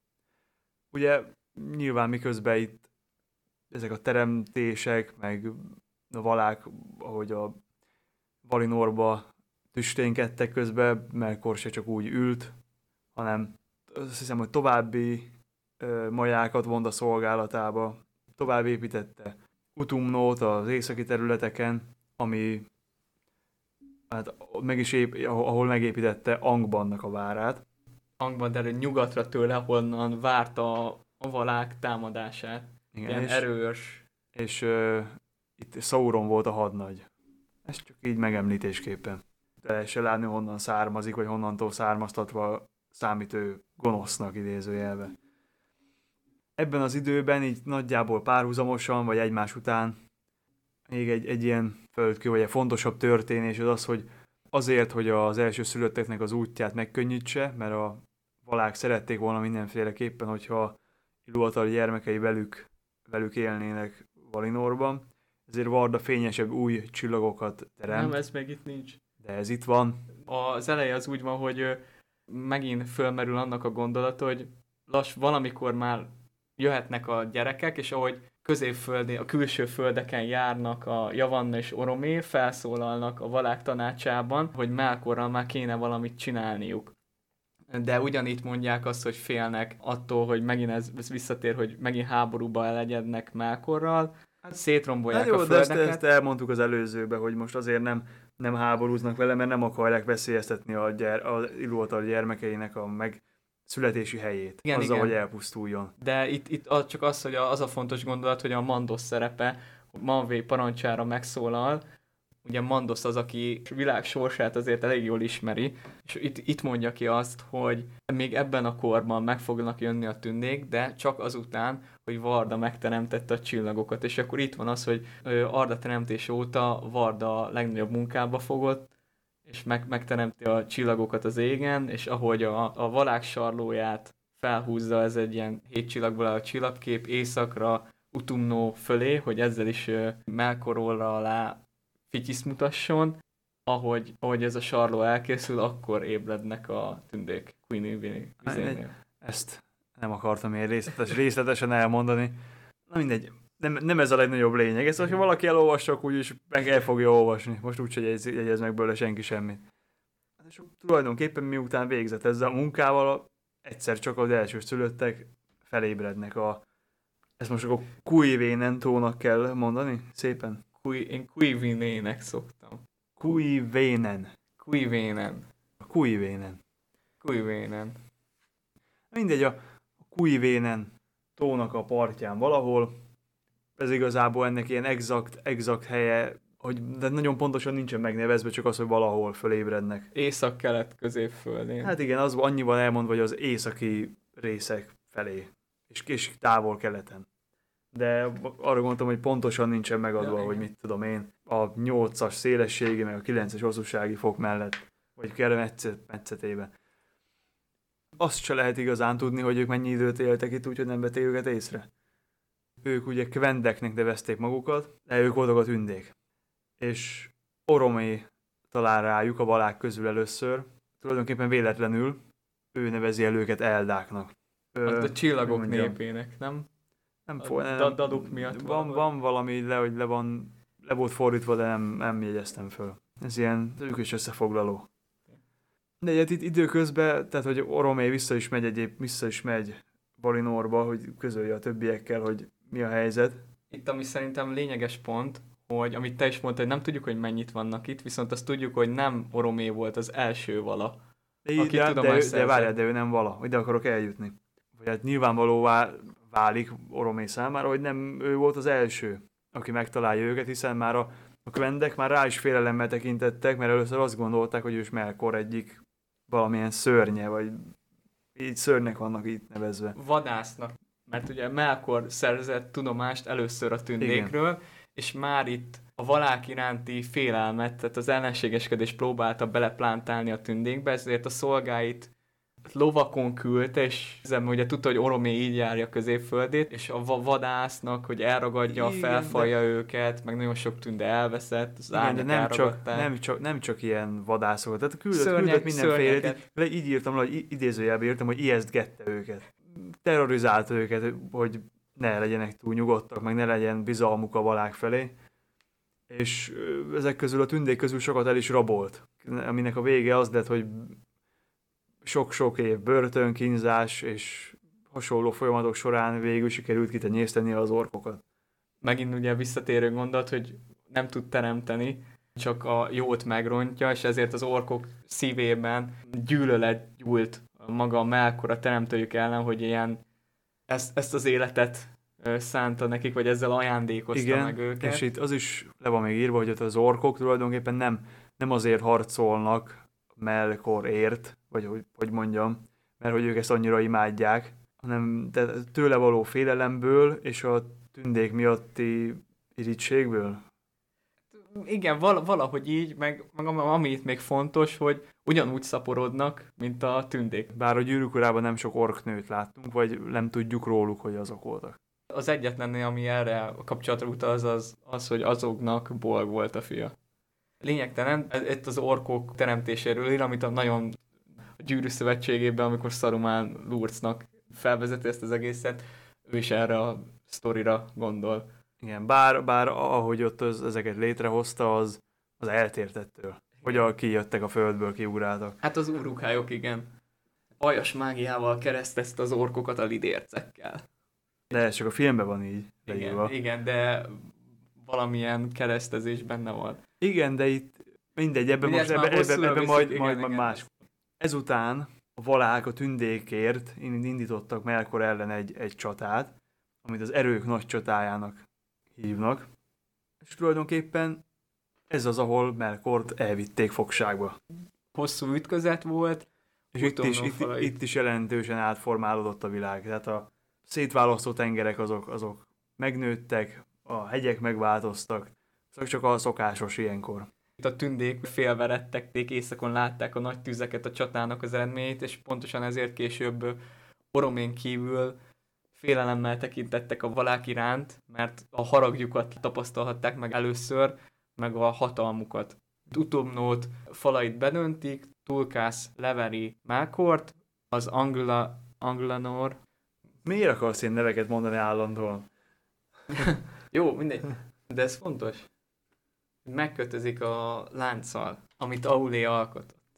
Ugye nyilván miközben itt ezek a teremtések, meg a valák, ahogy a Valinorba tüsténkedtek közben, Melkor se csak úgy ült, hanem azt hiszem, hogy további ö, majákat vont a szolgálatába, tovább építette Utumnót az északi területeken, ami hát meg is ép, ahol megépítette Angbannak a várát. Angban, de nyugatra tőle, honnan várta a valák támadását. Igen, ilyen és, erős. És uh, itt Sauron volt a hadnagy. Ez csak így megemlítésképpen. De se látni, honnan származik, vagy honnantól származtatva számít ő gonosznak idézőjelbe. Ebben az időben így nagyjából párhuzamosan, vagy egymás után még egy, egy ilyen földkő, vagy egy fontosabb történés az az, hogy azért, hogy az első szülötteknek az útját megkönnyítse, mert a valák szerették volna mindenféleképpen, hogyha Ilúvatar gyermekei velük, velük élnének Valinorban, ezért Varda fényesebb új csillagokat teremt. Nem, ez meg itt nincs. De ez itt van. Az eleje az úgy van, hogy megint fölmerül annak a gondolata, hogy lass, valamikor már jöhetnek a gyerekek, és ahogy középföldi, a külső földeken járnak a Javanna és Oromé, felszólalnak a valák tanácsában, hogy Melkorral már kéne valamit csinálniuk. De ugyanitt mondják azt, hogy félnek attól, hogy megint ez, ez visszatér, hogy megint háborúba elegyednek Melkorral, szétrombolják hát jó, a földeket. De ezt, ezt elmondtuk az előzőben, hogy most azért nem, nem háborúznak vele, mert nem akarják veszélyeztetni a gyere, az Ilúvatar gyermekeinek a meg születési helyét, igen, azzal, igen. hogy elpusztuljon. De itt, itt az csak az, hogy az a fontos gondolat, hogy a Mandos szerepe Manvé parancsára megszólal. Ugye Mandos az, aki világ sorsát azért elég jól ismeri, és itt, itt mondja ki azt, hogy még ebben a korban meg fognak jönni a tündék, de csak azután, hogy Varda megteremtette a csillagokat, és akkor itt van az, hogy Arda teremtés óta Varda a legnagyobb munkába fogott, és meg, megteremti a csillagokat az égen, és ahogy a, a valák sarlóját felhúzza, ez egy ilyen hét csillagból áll a csillagkép északra, Utumnó fölé, hogy ezzel is uh, Melkorolra alá fityiszt mutasson, ahogy, ahogy ez a sarló elkészül, akkor ébrednek a tündék Queen vizénél. Ezt nem akartam én részletes, részletesen elmondani. Na mindegy, nem, nem ez a legnagyobb lényeg. Ezt, hogyha valaki elolvassa, akkor úgyis meg el fogja olvasni. Most úgyse jegyez, jegyez meg belőle senki semmit. És tulajdonképpen miután végzett ezzel a munkával, egyszer csak az első szülöttek felébrednek a... Ezt most akkor Kuivénen tónak kell mondani? Szépen. Kui, én Kuivinének szoktam. Kuivénen. Kuivénen. Kuivénen. Kuivénen. Mindegy, a Kuivénen tónak a partján valahol. Ez igazából ennek ilyen exakt, exakt helye, hogy, de nagyon pontosan nincsen megnevezve, csak az, hogy valahol fölébrednek. Észak-kelet középföldén. Hát igen, az annyival elmondva, hogy az északi részek felé, és, és távol-keleten. De arra gondoltam, hogy pontosan nincsen megadva, ja, hogy mit tudom én, a nyolcas szélességi, meg a kilences hosszúsági fok mellett, vagy kell metszetében. Azt se lehet igazán tudni, hogy ők mennyi időt éltek itt, úgyhogy nem vették őket észre. Ők ugye kvendeknek nevezték magukat, de ők voltak a tündék. És Oromé talál rájuk a valák közül először, tulajdonképpen véletlenül, ő nevezi el őket eldáknak. Az a csillagok népének, nem? Nem a fog, nem, daduk miatt van, van valami, le, hogy le, van, le volt fordítva, de nem, nem jegyeztem föl. Ez ilyen őkös összefoglaló. De hát itt időközben, tehát hogy Oromé vissza is megy egyéb, vissza is megy Valinorba, hogy közölje a többiekkel, hogy mi a helyzet. Itt ami szerintem lényeges pont, hogy amit te is mondtad, hogy nem tudjuk, hogy mennyit vannak itt, viszont azt tudjuk, hogy nem Oromé volt az első vala. De, de, de, ő, de várjál, de ő nem vala, ide akarok eljutni. Vagy hát nyilvánvalóvá válik Oromé számára, hogy nem ő volt az első, aki megtalálja őket, hiszen már a, a kvendek már rá is félelemmel tekintettek, mert először azt gondolták, hogy ő is Melkor egyik valamilyen szörnye, vagy így szörnyek vannak itt nevezve. Vadásznak, mert ugye Melkor szerzett tudomást először a tündékről, igen. És már itt a valák iránti félelmet, tehát az ellenségeskedést próbálta beleplántálni a tündékbe, ezért a szolgáit lovakon küldte, és ezzel ugye tudta, hogy Oromé így járja a középföldét, és a vadásznak, hogy elragadja, igen, felfalja de... őket, meg nagyon sok tünde elveszett, az igen, de nem csak, nem, csak, nem csak ilyen vadászokat, tehát küldött, Szörnyek, küldött mindenfélét, így, így írtam, hogy idézőjelben írtam, hogy ijesztgette őket. Terrorizálta őket, hogy ne legyenek túl nyugodtak, meg ne legyen bizalmuk a valák felé. És ezek közül a tündék közül sokat el is rabolt, aminek a vége az lett, hogy sok-sok év börtönkínzás és hasonló folyamatok során végül sikerült kitenyészteni az orkokat. Megint ugye visszatérő gondolat, hogy nem tud teremteni, csak a jót megrontja, és ezért az orkok szívében gyűlölet gyúlt maga a Melkor a teremtőjük ellen, hogy ilyen ezt, ezt az életet szánta nekik, vagy ezzel ajándékozta igen, meg őket. És itt az is le van még írva, hogy ott az orkok tulajdonképpen nem, nem azért harcolnak Melkorért, vagy hogy, hogy mondjam, mert hogy ők ezt annyira imádják, hanem de tőle való félelemből és a tündék miatti irítségből. Igen, val- valahogy így, meg, meg ami itt még fontos, hogy ugyanúgy szaporodnak, mint a tündék. Bár a Gyűrűk Urában nem sok orknőt láttunk, vagy nem tudjuk róluk, hogy azok voltak. Az egyetlen, ami erre a kapcsolatra utal, az, az, az, hogy azoknak Bolg volt a fia. Lényegtelen, itt az orkok teremtéséről ír, amit a nagyon a Gyűrű Szövetségében, amikor Saruman Lurcnak felvezeti ezt az egészet, ő is erre a sztorira gondol. Igen, bár, bár ahogy ott az, ezeket létrehozta, az, az eltért ettől. Hogy a, kijöttek a földből, kiugráltak. Hát az urukályok, igen. Aljas mágiával keresztezte az orkokat a lidércekkel. De ez csak a filmben van így. Igen, igen, de valamilyen keresztezés benne van. Igen, de itt mindegy, ebben most ebbe, ebbe, ebbe, ebbe majd, igen, majd igen. más. Ezután a valák a tündékért indítottak Melkor ellen egy, egy csatát, amit az erők nagy csatájának hívnak. És tulajdonképpen ez az, ahol Melkort elvitték fogságba. Hosszú ütközet volt. És itt is, itt, itt is jelentősen átformálódott a világ. Tehát a szétválasztó tengerek azok, azok megnőttek, a hegyek megváltoztak. Szóval csak a szokásos ilyenkor. Itt a tündék félverettek, éjszakon látták a nagy tüzeket, a csatának az eredményét, és pontosan ezért később Oromén kívül félelemmel tekintettek a valák iránt, mert a haragjukat tapasztalhatták meg először, meg a hatalmukat. Utóbnót falait bedöntik, Tulkász leveri Melkort, az Angla, Anglanor. Miért akarsz ilyen neveket mondani állandóan? Jó, mindegy. De ez fontos. Megkötözik a lánccal, amit Aulé alkotott.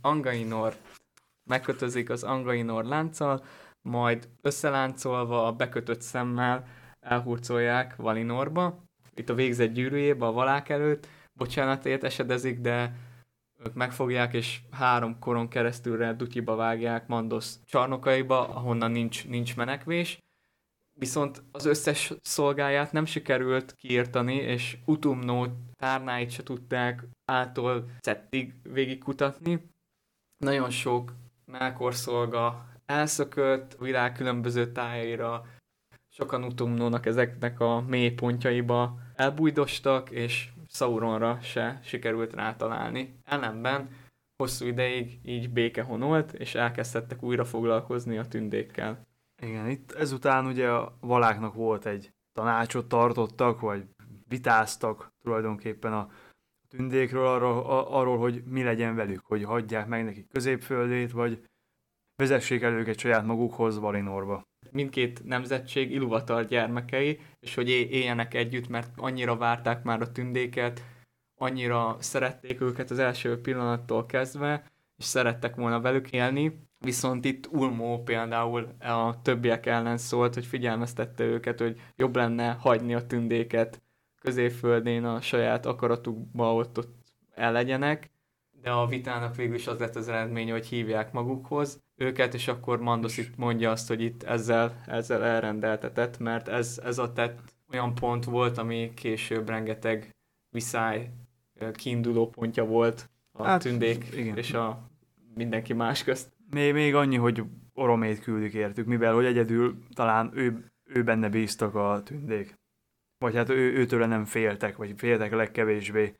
Angainor megkötözik az Angainor lánccal, majd összeláncolva a bekötött szemmel elhurcolják Valinorba, itt a végzett gyűrűjébe a valák előtt, bocsánatért esedezik, de ők megfogják, és három koron keresztülre dutyiba vágják Mandos csarnokaiba, ahonnan nincs, nincs menekvés. Viszont az összes szolgáját nem sikerült kiirtani, és Utumno tárnáit se tudták ától Cettig végigkutatni. Nagyon sok Melkor szolga elszökött a világ különböző tájaira, sokan Utumnónak ezeknek a mélypontjaiba elbújdostak, és Sauronra se sikerült rátalálni. Ellenben hosszú ideig így béke honolt, és elkezdtek újra foglalkozni a tündékkel. Igen, itt ezután ugye a valáknak volt egy tanácsot tartottak, vagy vitáztak tulajdonképpen a tündékről, arról, arról, hogy mi legyen velük, hogy hagyják meg nekik Középföldét, vagy vezessék el őket saját magukhoz Valinorba. Mindkét nemzetség Iluvatar gyermekei, és hogy éljenek együtt, mert annyira várták már a tündéket, annyira szerették őket az első pillanattól kezdve, és szerettek volna velük élni. Viszont itt Ulmo például a többiek ellen szólt, hogy figyelmeztette őket, hogy jobb lenne hagyni a tündéket Középföldén a saját akaratukba ott, ott el legyenek, de a vitának végül is az lett az eredmény, hogy hívják magukhoz őket, és akkor Mandos itt mondja azt, hogy itt ezzel, ezzel elrendeltetett, mert ez, ez a tett olyan pont volt, ami később rengeteg viszály kiinduló pontja volt a hát, tündék igen. és a mindenki más közt. Még, még annyi, hogy Oromét küldik értük, mivel hogy egyedül talán ő, ő benne bíztak a tündék. Vagy hát ő, őtőle nem féltek, vagy féltek a legkevésbé.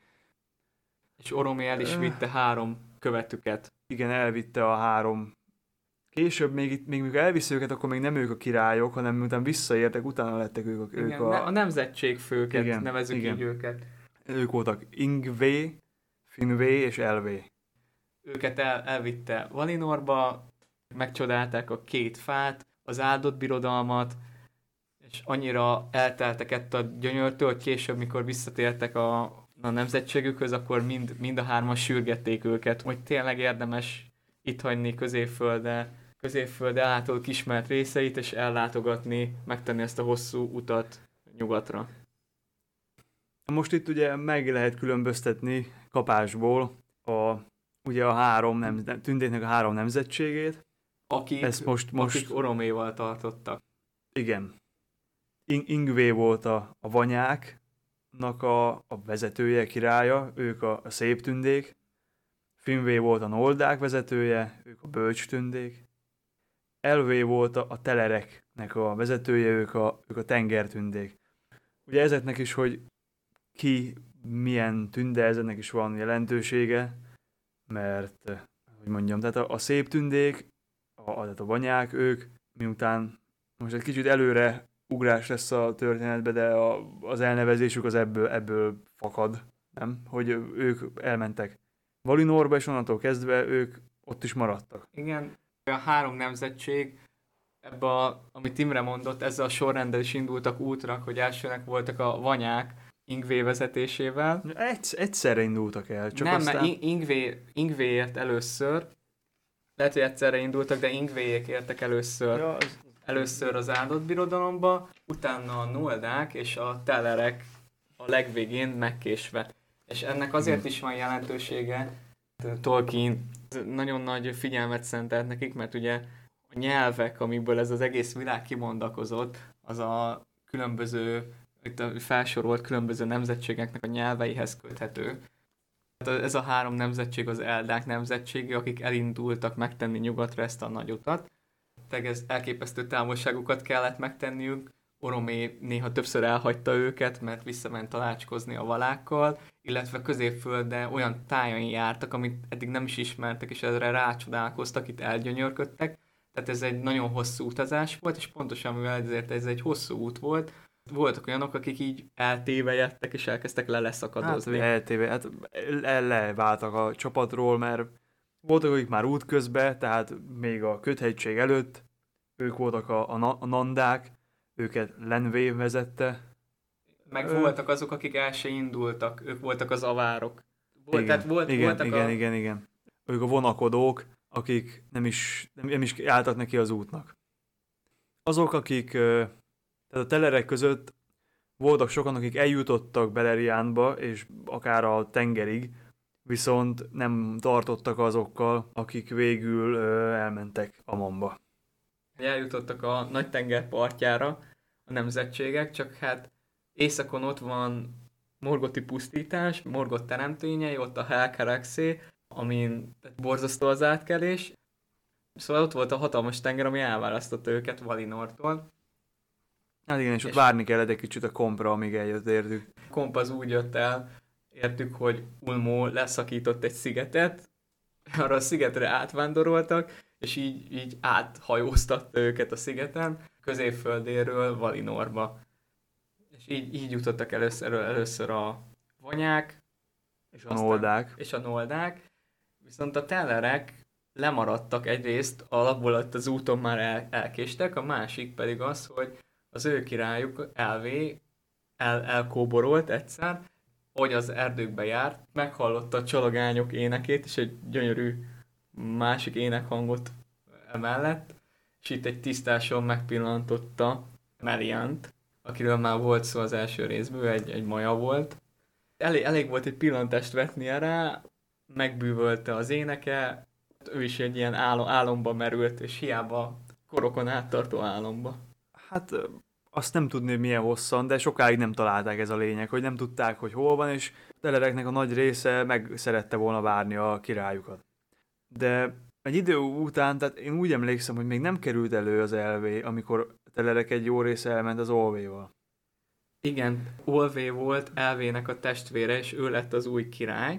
És Oromé el is vitte három követüket. Igen, elvitte a három. Később még, itt, még mikor elviszi őket, akkor még nem ők a királyok, hanem miután visszaértek, utána lettek ők a... Igen, ők a... a nemzetségfőket igen, nevezük igen. így őket. Ők voltak Ingvé, Finvé és Elvé. Őket el, elvitte Valinorba, megcsodálták a két fát, az áldott birodalmat, és annyira elteltek ettől a gyönyörtől, hogy később, mikor visszatértek a, a nemzetségükhöz, akkor mind, mind a hárman sürgették őket, hogy tényleg érdemes itt hagyni Középföldre, Középföldre által kismert részeit, és ellátogatni, megtenni ezt a hosszú utat nyugatra. Most itt ugye meg lehet különböztetni kapásból a, ugye a három nem, tündéknek a három nemzetségét. Akik, Ezt most, most... akik Oroméval tartottak. Igen. In- Ingvé volt a, a vanyáknak a, a vezetője, királya, ők a, a szép tündék. Finvé volt a noldák vezetője, ők a bölcs tündék. Elvé volt a, a telereknek a vezetője, ők a, ők a tengertündék. Ugye ezeknek is, hogy ki milyen tünde, ezeknek is van jelentősége, mert, hogy mondjam, tehát a, a szép tündék, a, a, a vanyák, ők, miután most egy kicsit előre ugrás lesz a történetbe, de a, az elnevezésük az ebből, ebből fakad, nem? Hogy ők elmentek Valinorba, és onnantól kezdve ők ott is maradtak. Igen, a három nemzetség, ebbe a, amit Imre mondott, ezzel a sorrenddel is indultak útra, hogy elsőnek voltak a vanyák Ingvé vezetésével. Egy, egyszerre indultak el, csak Nem, aztán... mert Ingvé, Ingvéért először, lehet, hogy egyszerre indultak, de Ingvéjék értek először. Ja, az... Először az áldott birodalomba, utána a noldák és a telerek a legvégén megkésve. És ennek azért is van jelentősége, Tolkien nagyon nagy figyelmet szentelt nekik, mert ugye a nyelvek, amikből ez az egész világ kimondakozott, az a különböző, itt a felsorolt különböző nemzetségeknek a nyelveihez köthető. Ez a három nemzetség az Eldák nemzetsége, akik elindultak megtenni nyugatra ezt a nagy utat. Ez elképesztő távolságukat kellett megtenniük. Oromé néha többször elhagyta őket, mert visszament tanácskozni a valákkal, illetve Középföldre olyan tájain jártak, amit eddig nem is ismertek, és ezre rácsodálkoztak, itt elgyönyörködtek. Tehát ez egy nagyon hosszú utazás volt, és pontosan mivel ezért ez egy hosszú út volt, voltak olyanok, akik így eltévejedtek, és elkezdtek leleszakadozni. Hát eltéve, hát leváltak a csapatról, mert voltak, akik már útközben, tehát még a köthegység előtt, ők voltak a, a, a nandák, őket Lenvé vezette. Meg Ö... voltak azok, akik el se indultak, ők voltak az avárok. Volt, igen, tehát volt, igen, voltak igen, a... igen, igen. ők a vonakodók, akik nem is, nem, nem is álltak neki az útnak. Azok, akik, tehát a telerek között voltak sokan, akik eljutottak Beleriandba, és akár a tengerig, viszont nem tartottak azokkal, akik végül elmentek Amonba. Eljutottak a nagy tenger partjára a nemzetségek, csak hát északon ott van Morgothi pusztítás, Morgoth teremtényei, ott a Helcaraxé, amin borzasztó az átkelés. Szóval ott volt a hatalmas tenger, ami elválasztotta őket Valinortól. Hát igen, és, és ott várni kellett egy kicsit a kompra, amíg eljött értük. A komp az úgy jött el, értük, hogy Ulmo leszakított egy szigetet, arra a szigetre átvándoroltak, és így, így áthajóztatta őket a szigeten, középföldéről Valinorba. És így, így jutottak először, először a vonyák, és a noldák. És a noldák, viszont a tellerek lemaradtak egyrészt, alapból az úton már el, elkéstek, a másik pedig az, hogy az ő királyuk elvé el, elkóborolt egyszer, hogy az erdőkbe járt, meghallotta a csalogányok énekét, és egy gyönyörű másik énekhangot emellett, és itt egy tisztáson megpillantotta Meliant, akiről már volt szó az első részből, egy, egy maja volt. Elég, elég volt egy pillantást vetnie rá, megbűvölte az éneke, ő is egy ilyen álom, álomba merült, és hiába korokon áttartó álomba. Hát azt nem tudni, milyen hosszan, de sokáig nem találták, ez a lényeg, hogy nem tudták, hogy hol van, és a telereknek a nagy része meg szerette volna várni a királyukat. De egy idő után, tehát én úgy emlékszem, hogy még nem került elő az elvé, amikor a telerek egy jó része elment az Olvéval. Igen, Olvé volt elvének a testvére, és ő lett az új király.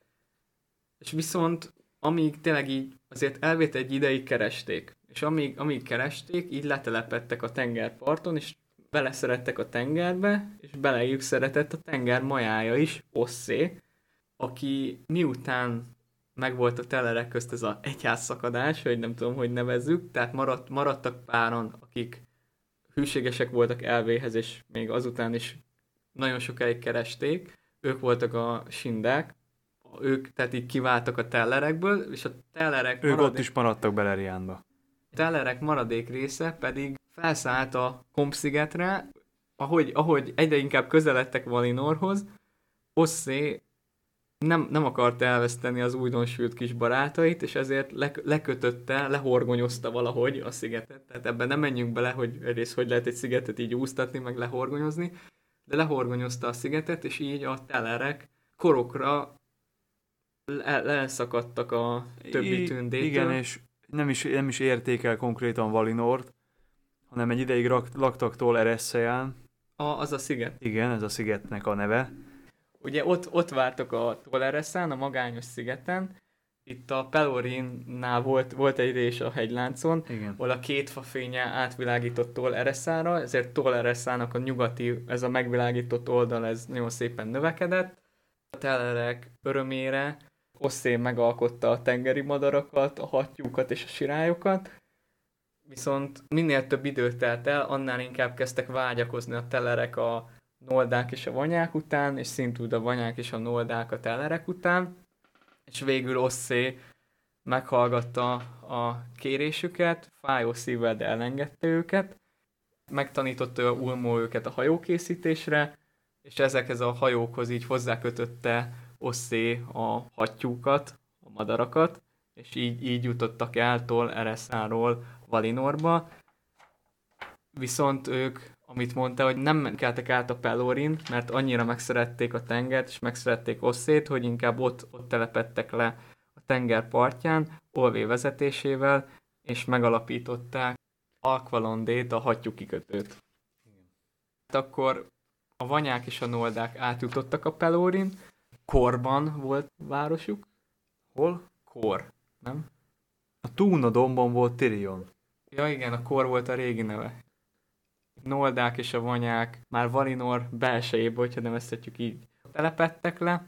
És viszont amíg tényleg így azért elvét egy ideig keresték, és amíg, amíg keresték, így letelepedtek a tengerparton, és beleszerettek a tengerbe, és beléjük szeretett a tenger majája is, Osszé, aki miután megvolt a telerek közt ez a egyházszakadás, vagy nem tudom, hogy nevezzük, tehát maradt, maradtak páran, akik hűségesek voltak elvéhez, és még azután is nagyon sokáig keresték, ők voltak a sindák, ők tehát így kiváltak a tellerekből, és a tellerek ők maradék... ott is maradtak Beleriandba. A tellerek maradék része pedig felszállt a Komp-szigetre, ahogy, ahogy egyre inkább közeledtek Valinorhoz, Osszé nem, nem akarta elveszteni az újdonsült kis barátait, és ezért le, lekötötte, lehorgonyozta valahogy a szigetet. Tehát ebben nem menjünk bele, hogy egyrészt hogy lehet egy szigetet így úsztatni, meg lehorgonyozni, de lehorgonyozta a szigetet, és így a tellerek korokra elszakadtak a többi tündétől. Igen, és nem is, nem is érték el konkrétan Valinort, hanem egy ideig rak, laktak Tol Eressëján. A, az a sziget. Igen, ez a szigetnek a neve. Ugye ott, ott vártak a Tol Eressëján, a magányos szigeten. Itt a Pelorinnál volt, volt egy rés a hegyláncon, igen, ahol a két fa fénye átvilágított Tol Eressëjára, ezért Tol Eressëjának a nyugati, ez a megvilágított oldal, ez nagyon szépen növekedett. A tellerek örömére Osszé megalkotta a tengeri madarakat, a hattyúkat és a sirályokat, viszont minél több idő telt el, annál inkább kezdtek vágyakozni a tellerek a noldák és a vanyák után, és szintúgy a vanyák és a noldák a tellerek után, és végül Osszé meghallgatta a kérésüket, fájó szívvel, de elengedte őket, megtanította Ulmo őket a hajókészítésre, és ezekhez a hajókhoz így hozzákötötte Osszé a hattyúkat, a madarakat, és így, így jutottak el Tol Eressëjáról Valinorba. Viszont ők, amit mondta, hogy nem keltek át a Pelorin, mert annyira megszerették a tengert, és megszerették Osszét, hogy inkább ott, ott telepedtek le a tenger partján, Olvé vezetésével, és megalapították Alqualondét, a hattyúkikötőt. Akkor a vanyák és a noldák átjutottak a Pelorin, Korban volt városuk. Hol? Kor, nem? A Túna dombon volt Tirion. Ja igen, a Kor volt a régi neve. Noldák és a vanyák már Valinor belsejébe, hogyha nevezhetjük így, telepedtek le.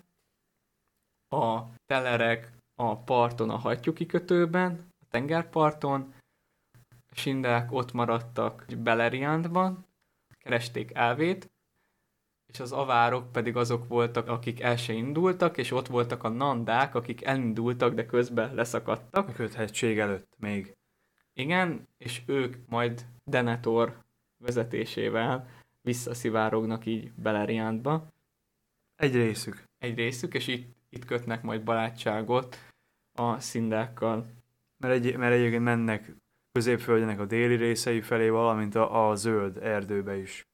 A tellerek a parton, a hattyúkikötőben, a tengerparton. A sindák ott maradtak Beleriandban, keresték elvét, és az avárok pedig azok voltak, akik el se indultak, és ott voltak a nandák, akik elindultak, de közben leszakadtak. A köthegység előtt még. Igen, és ők majd Denethor vezetésével visszaszivárognak így Beleriandba. Egy részük. Egy részük, és itt, itt kötnek majd barátságot a szindákkal. Mert, egy, mert egyébként mennek Középföldnek a déli részei felé, valamint a, a zöld erdőbe is.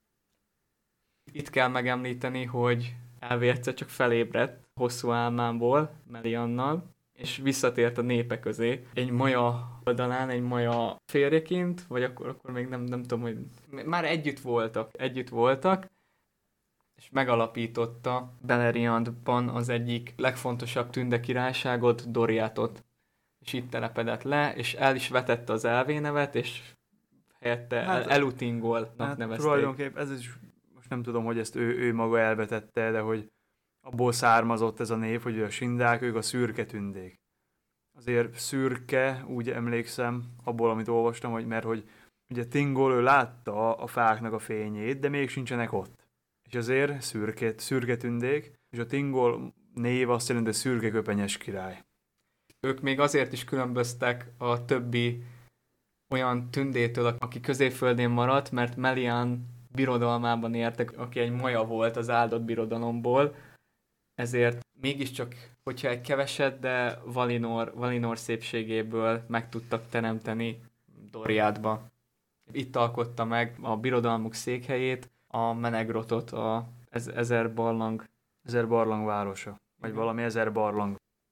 Itt kell megemlíteni, hogy elvérce csak felébredt hosszú álmából, Meliannal, és visszatért a népe közé. Egy maja oldalán, egy maja férjeként, vagy akkor, akkor még nem, nem tudom, hogy már együtt voltak, együtt voltak, és megalapította Beleriandban az egyik legfontosabb tünde királyságot, Doriathot. És itt telepedett le, és el is vetette az elvénevet, és helyette hát, El- Elutingolnak hát nevezték. Tulajdonképpen ez is, most nem tudom, hogy ezt ő, ő maga elvetette, de hogy abból származott ez a név, hogy a sindák, ők a szürke tündék. Azért szürke, úgy emlékszem, abból, amit olvastam, hogy mert hogy ugye Thingol, ő látta a fáknak a fényét, de még sincsenek ott. És azért szürke, szürke tündék, és a Thingol név azt jelenti, hogy szürke köpenyes király. Ők még azért is különböztek a többi olyan tündétől, aki Középföldén maradt, mert Melian birodalmában értek, aki egy maja volt az áldott birodalomból, ezért mégiscsak, hogyha egy keveset, de Valinor, Valinor szépségéből meg tudtak teremteni Doriathba. Itt alkotta meg a birodalmuk székhelyét, a Menegrotot, a ez, ezer barlang. Ezer barlang városa, vagy valami ezer barlang.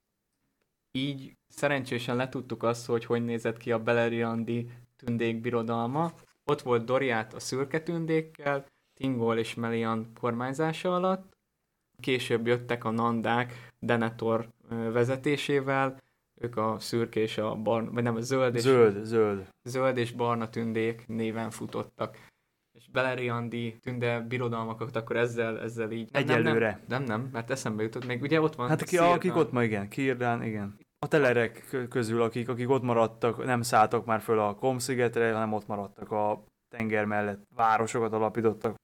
Így szerencsésen letudtuk azt, hogy hogy nézett ki a Beleriandi tündék birodalma. Ott volt Doriath a szürke tündékkel, Thingol és Melian kormányzása alatt. Később jöttek a nandák Denethor vezetésével, ők a szürke és a barna, vagy nem, a zöld és, zöld, zöld. zöld és barna tündék néven futottak. És Beleriandi tünde birodalmakat akkor ezzel, ezzel így... Nem, Egyelőre. Nem, nem, nem, mert eszembe jutott, még ugye ott van... Hát ki, akik ott ma, igen, Círdan, igen. A telerek közül, akik, akik ott maradtak, nem szálltak már föl a Kom-szigetre, hanem ott maradtak a tenger mellett, városokat alapítottak.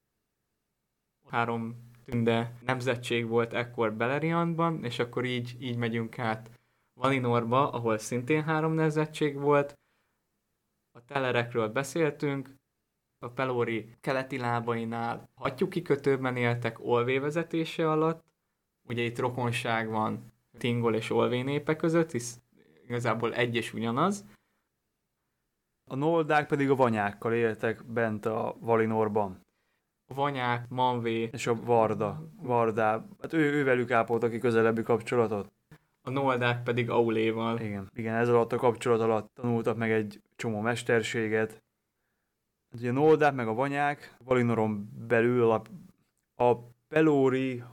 Három tünde nemzetség volt ekkor Beleriandban, és akkor így, így megyünk át Valinorba, ahol szintén három nemzetség volt. A telerekről beszéltünk, a Pelori keleti lábainál hattyú kikötőben éltek Olvé vezetése alatt. Ugye itt rokonság van Thingol és Olvé népe között, hisz igazából egy és ugyanaz. A noldák pedig a vanyákkal éltek bent a Valinorban. A vanyák, Manvé és a Varda, Vardá, hát ő, ővelük ápoltak ki közelebbi kapcsolatot. A noldák pedig Auléval. Igen, igen, ez alatt a kapcsolat alatt tanultak meg egy csomó mesterséget. Hát ugye a noldák meg a vanyák Valinoron belül a, a Pelori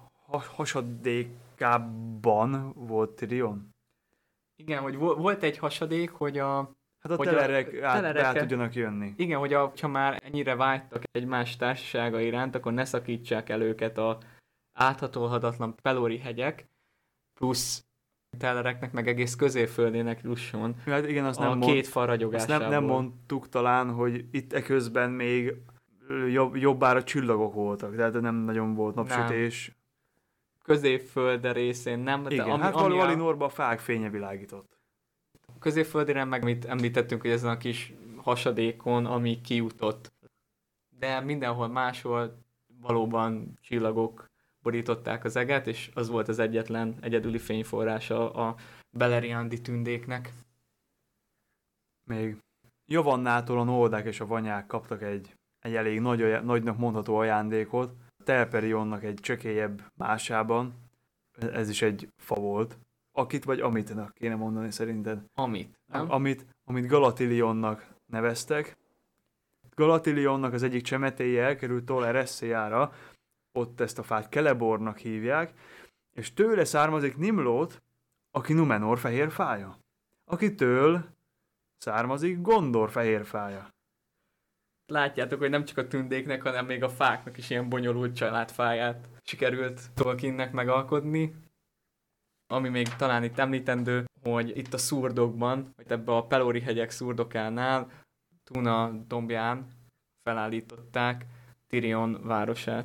hasadékában volt Tirion. Igen, hogy volt egy hasadék, hogy a Hát a telerek át, át tudjanak jönni. Igen, hogy a, ha már ennyire vágytak egymás társasága iránt, akkor ne szakítsák el őket a áthatolhatatlan Pelori hegyek, plusz telereknek, meg egész Középföldének jusson hát igen, azt a nem két mond, fal ragyogásából. Azt nem, nem mondtuk talán, hogy itt eközben még jobb, jobbára csillagok voltak, tehát nem nagyon volt napsütés. Nem. Középfölde részén nem. Igen, de ami, hát ami Valinorban a fák fénye világított. Középföldire meg mit említettünk, hogy ezen a kis hasadékon, ami kijutott. De mindenhol máshol valóban csillagok borították az eget, és az volt az egyetlen egyedüli fényforrása a Beleriandi tündéknek. Még Javannától a noldák és a vanyák kaptak egy, egy elég nagy, nagynak mondható ajándékot. Telperionnak egy csekélyebb másában, ez is egy fa volt. Akit vagy amitnak kéne mondani szerinted? Amit, nem? Amit, amit Galatilionnak neveztek. Galatilionnak az egyik csemetéje elkerült Tol Eressëára, ott ezt a fát Celebornak hívják, és tőle származik Nimlót, aki Numenor fehér fája. Akitől származik Gondor fehér fája. Látjátok, hogy nem csak a tündéknek, hanem még a fáknak is ilyen bonyolult családfáját sikerült Tolkiennek megalkotni. Ami még talán itt említendő, hogy itt a szurdokban, vagy ebbe a Pelori hegyek szurdokánál, Tuna dombján felállították Tirion városát.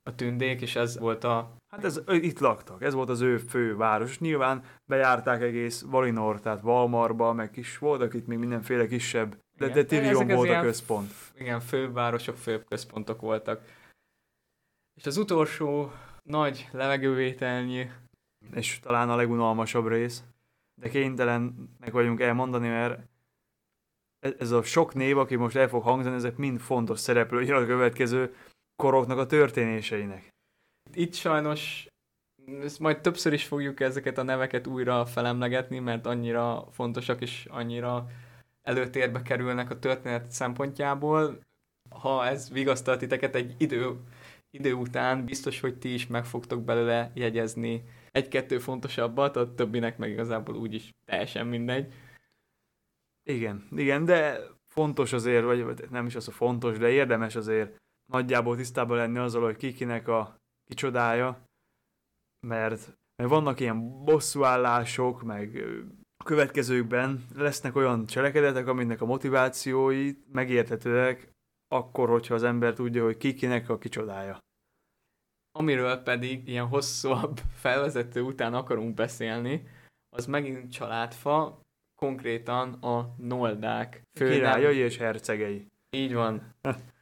a tündék, és ez volt a... Hát ez, itt laktak, ez volt az ő fő város. Nyilván bejárták egész Valinor, tehát Valmarba, meg is voltak itt még mindenféle kisebb, de, de Tirion volt a központ. Igen, fővárosok, főbb központok voltak. És az utolsó nagy levegővételnyi... És talán a legunalmasabb rész, de kénytelenek vagyunk elmondani, mert ez a sok név, aki most el fog hangzani, ezek mind fontos szereplői a következő koroknak a történéseinek. Itt sajnos ezt majd többször is fogjuk ezeket a neveket újra felemlegetni, mert annyira fontosak és annyira előtérbe kerülnek a történet szempontjából. Ha ez vigasztal titeket egy idő, idő után, biztos, hogy ti is meg fogtok belőle jegyezni egy-kettő fontosabbat, a többinek meg igazából úgyis teljesen mindegy. Igen, igen, de fontos azért, vagy nem is az a fontos, de érdemes azért nagyjából tisztában lenni azzal, hogy kikinek a kicsodája, mert, mert vannak ilyen bosszúállások, meg a következőkben lesznek olyan cselekedetek, aminek a motivációi megérthetőek akkor, hogyha az ember tudja, hogy kikinek a kicsodája. Amiről pedig ilyen hosszabb felvezető után akarunk beszélni, az megint családfa, konkrétan a Noldák. Királyai és hercegei. Így van.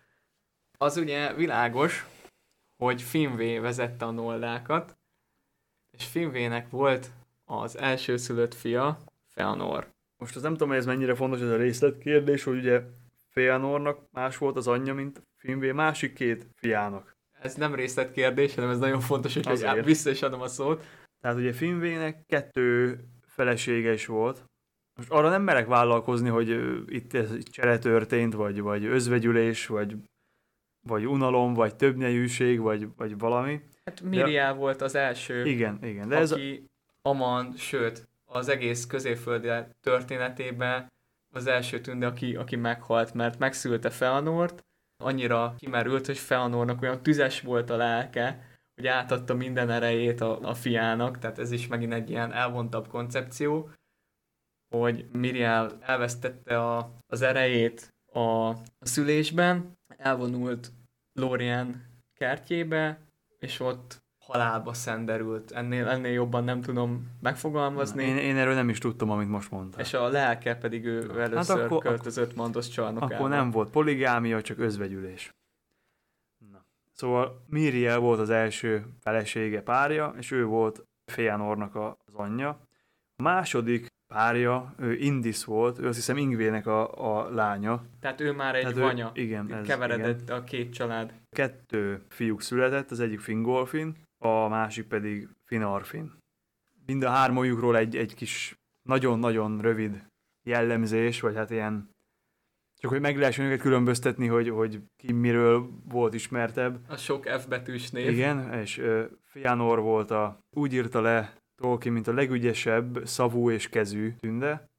Az ugye világos, hogy Finwë vezette a Noldákat, és Finwënek volt az elsőszülött fia, Feanor. Most az nem tudom, hogy ez mennyire fontos, ez a részletkérdés, hogy ugye Feanornak más volt az anyja, mint Finwë másik két fiának. Ez nem részletkérdés, hanem ez nagyon fontos, hogy vissza is adom a szót. Tehát ugye Finwënek kettő felesége is volt. Most arra nem merek vállalkozni, hogy itt ez csere történt, vagy, vagy özvegyülés, vagy, vagy unalom, vagy többnyelűség, vagy, vagy valami. Hát Miriel de... volt az első, igen, igen, de aki ez a... Amand, sőt, az egész középföldi történetében az első tünde, aki, aki meghalt, mert megszülte Feanort, annyira kimerült, hogy Feanornak olyan tüzes volt a lelke, hogy átadta minden erejét a, a fiának, tehát ez is megint egy ilyen elvontabb koncepció, hogy Miriel elvesztette a, az erejét a, a szülésben, elvonult Lórien kertjébe, és ott halálba szenderült. Ennél, ennél jobban nem tudom megfogalmazni. Én, én erről nem is tudtam, amit most mondtál. És a lelke pedig ő hát először akkor, költözött Mandos csarnokába. Akkor nem volt poligámia, csak özvegyülés. Na. Szóval Miriel volt az első felesége, párja, és ő volt Feanornak az anyja. A második párja, ő Indis volt, ő azt hiszem Ingvének a, a lánya. Tehát ő már egy Tehát vanya. Ő, igen, ez, keveredett igen. a két család. Kettő fiúk született, az egyik Fingolfin, a másik pedig Finarfin. Mind a hármójukról egy, egy kis nagyon-nagyon rövid jellemzés, vagy hát ilyen, csak hogy meg lehessen őket különböztetni, hogy, hogy ki miről volt ismertebb. A sok F betűs név. Igen, és uh, Feanor volt a, úgy írta le Tolkien, mint a legügyesebb, szavú és kezű tünde.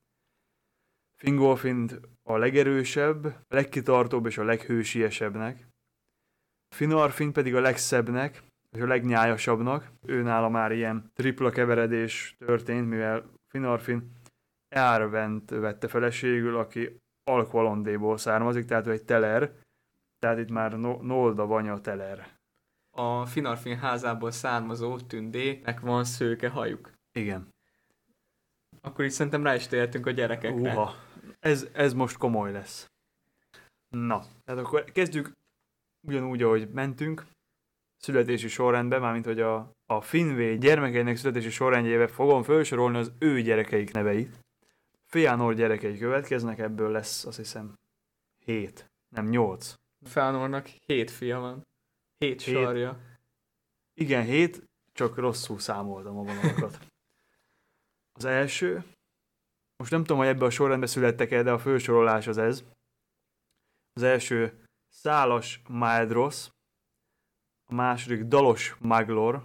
Fingolfint a legerősebb, a legkitartóbb és a leghősiesebbnek. Finarfin pedig a legszebbnek, és a legnyájasabbnak. Őnála már ilyen tripla keveredés történt, mivel Finarfin Eärvent vette feleségül, aki Alkvalondéból származik, tehát ő egy teler, tehát itt már no- Nolda vanya teler. A Finarfin házából származó tündének van szőke hajuk. Igen. Akkor így szerintem rá is tértünk a gyerekekre. Uha, ez, ez most komoly lesz. Na, tehát akkor kezdjük ugyanúgy, ahogy mentünk, születési sorrendben, mármint hogy a, a Finwë gyermekeinek születési sorrendjével fogom felsorolni az ő gyerekeik neveit. Feanor gyerekei következnek, ebből lesz azt hiszem hét, nem nyolc. Feanornak hét fia van. Hét, hét sarja. Igen, hét, csak rosszul számoltam a vonalakat. Az első, most nem tudom, hogy ebbe a sorrendbe születtek-e, de a fősorolás az ez. Az első Szálas Maedros, a második Dalos Maglor,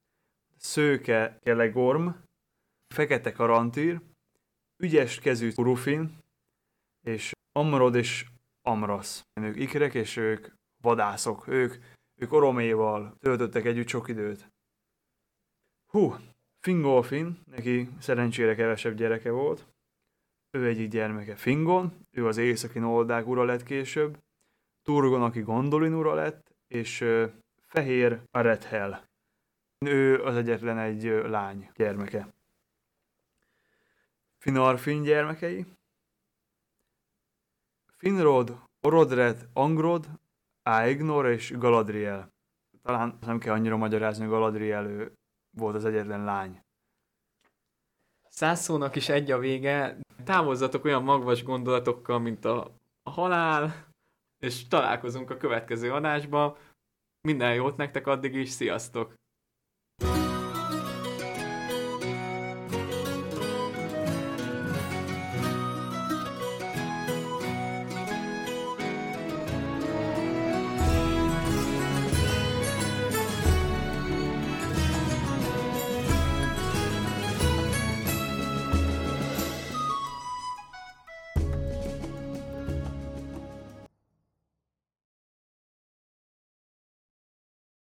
Szőke Kelegorm, Fekete Karantír, Ügyes kezű Urufin, és Amrod és Amras. Ők ikrek, és ők vadászok. Ők, ők Oroméval töltöttek együtt sok időt. Hú, Fingolfin, neki szerencsére kevesebb gyereke volt. Ő egyik gyermeke Fingon, ő az északi Noldák ura lett később. Turgon, aki Gondolin ura lett, és Fehér Arethel. Ő az egyetlen egy ö, lány gyermeke. Finarfin gyermekei. Finrod, Orodred, Angrod, Aegnor és Galadriel. Talán nem kell annyira magyarázni, hogy Galadriel ő volt az egyetlen lány. Száz szónak is egy a vége. Távozzatok olyan magvas gondolatokkal, mint a, a halál, és találkozunk a következő adásban. Minden jót nektek addig is, sziasztok!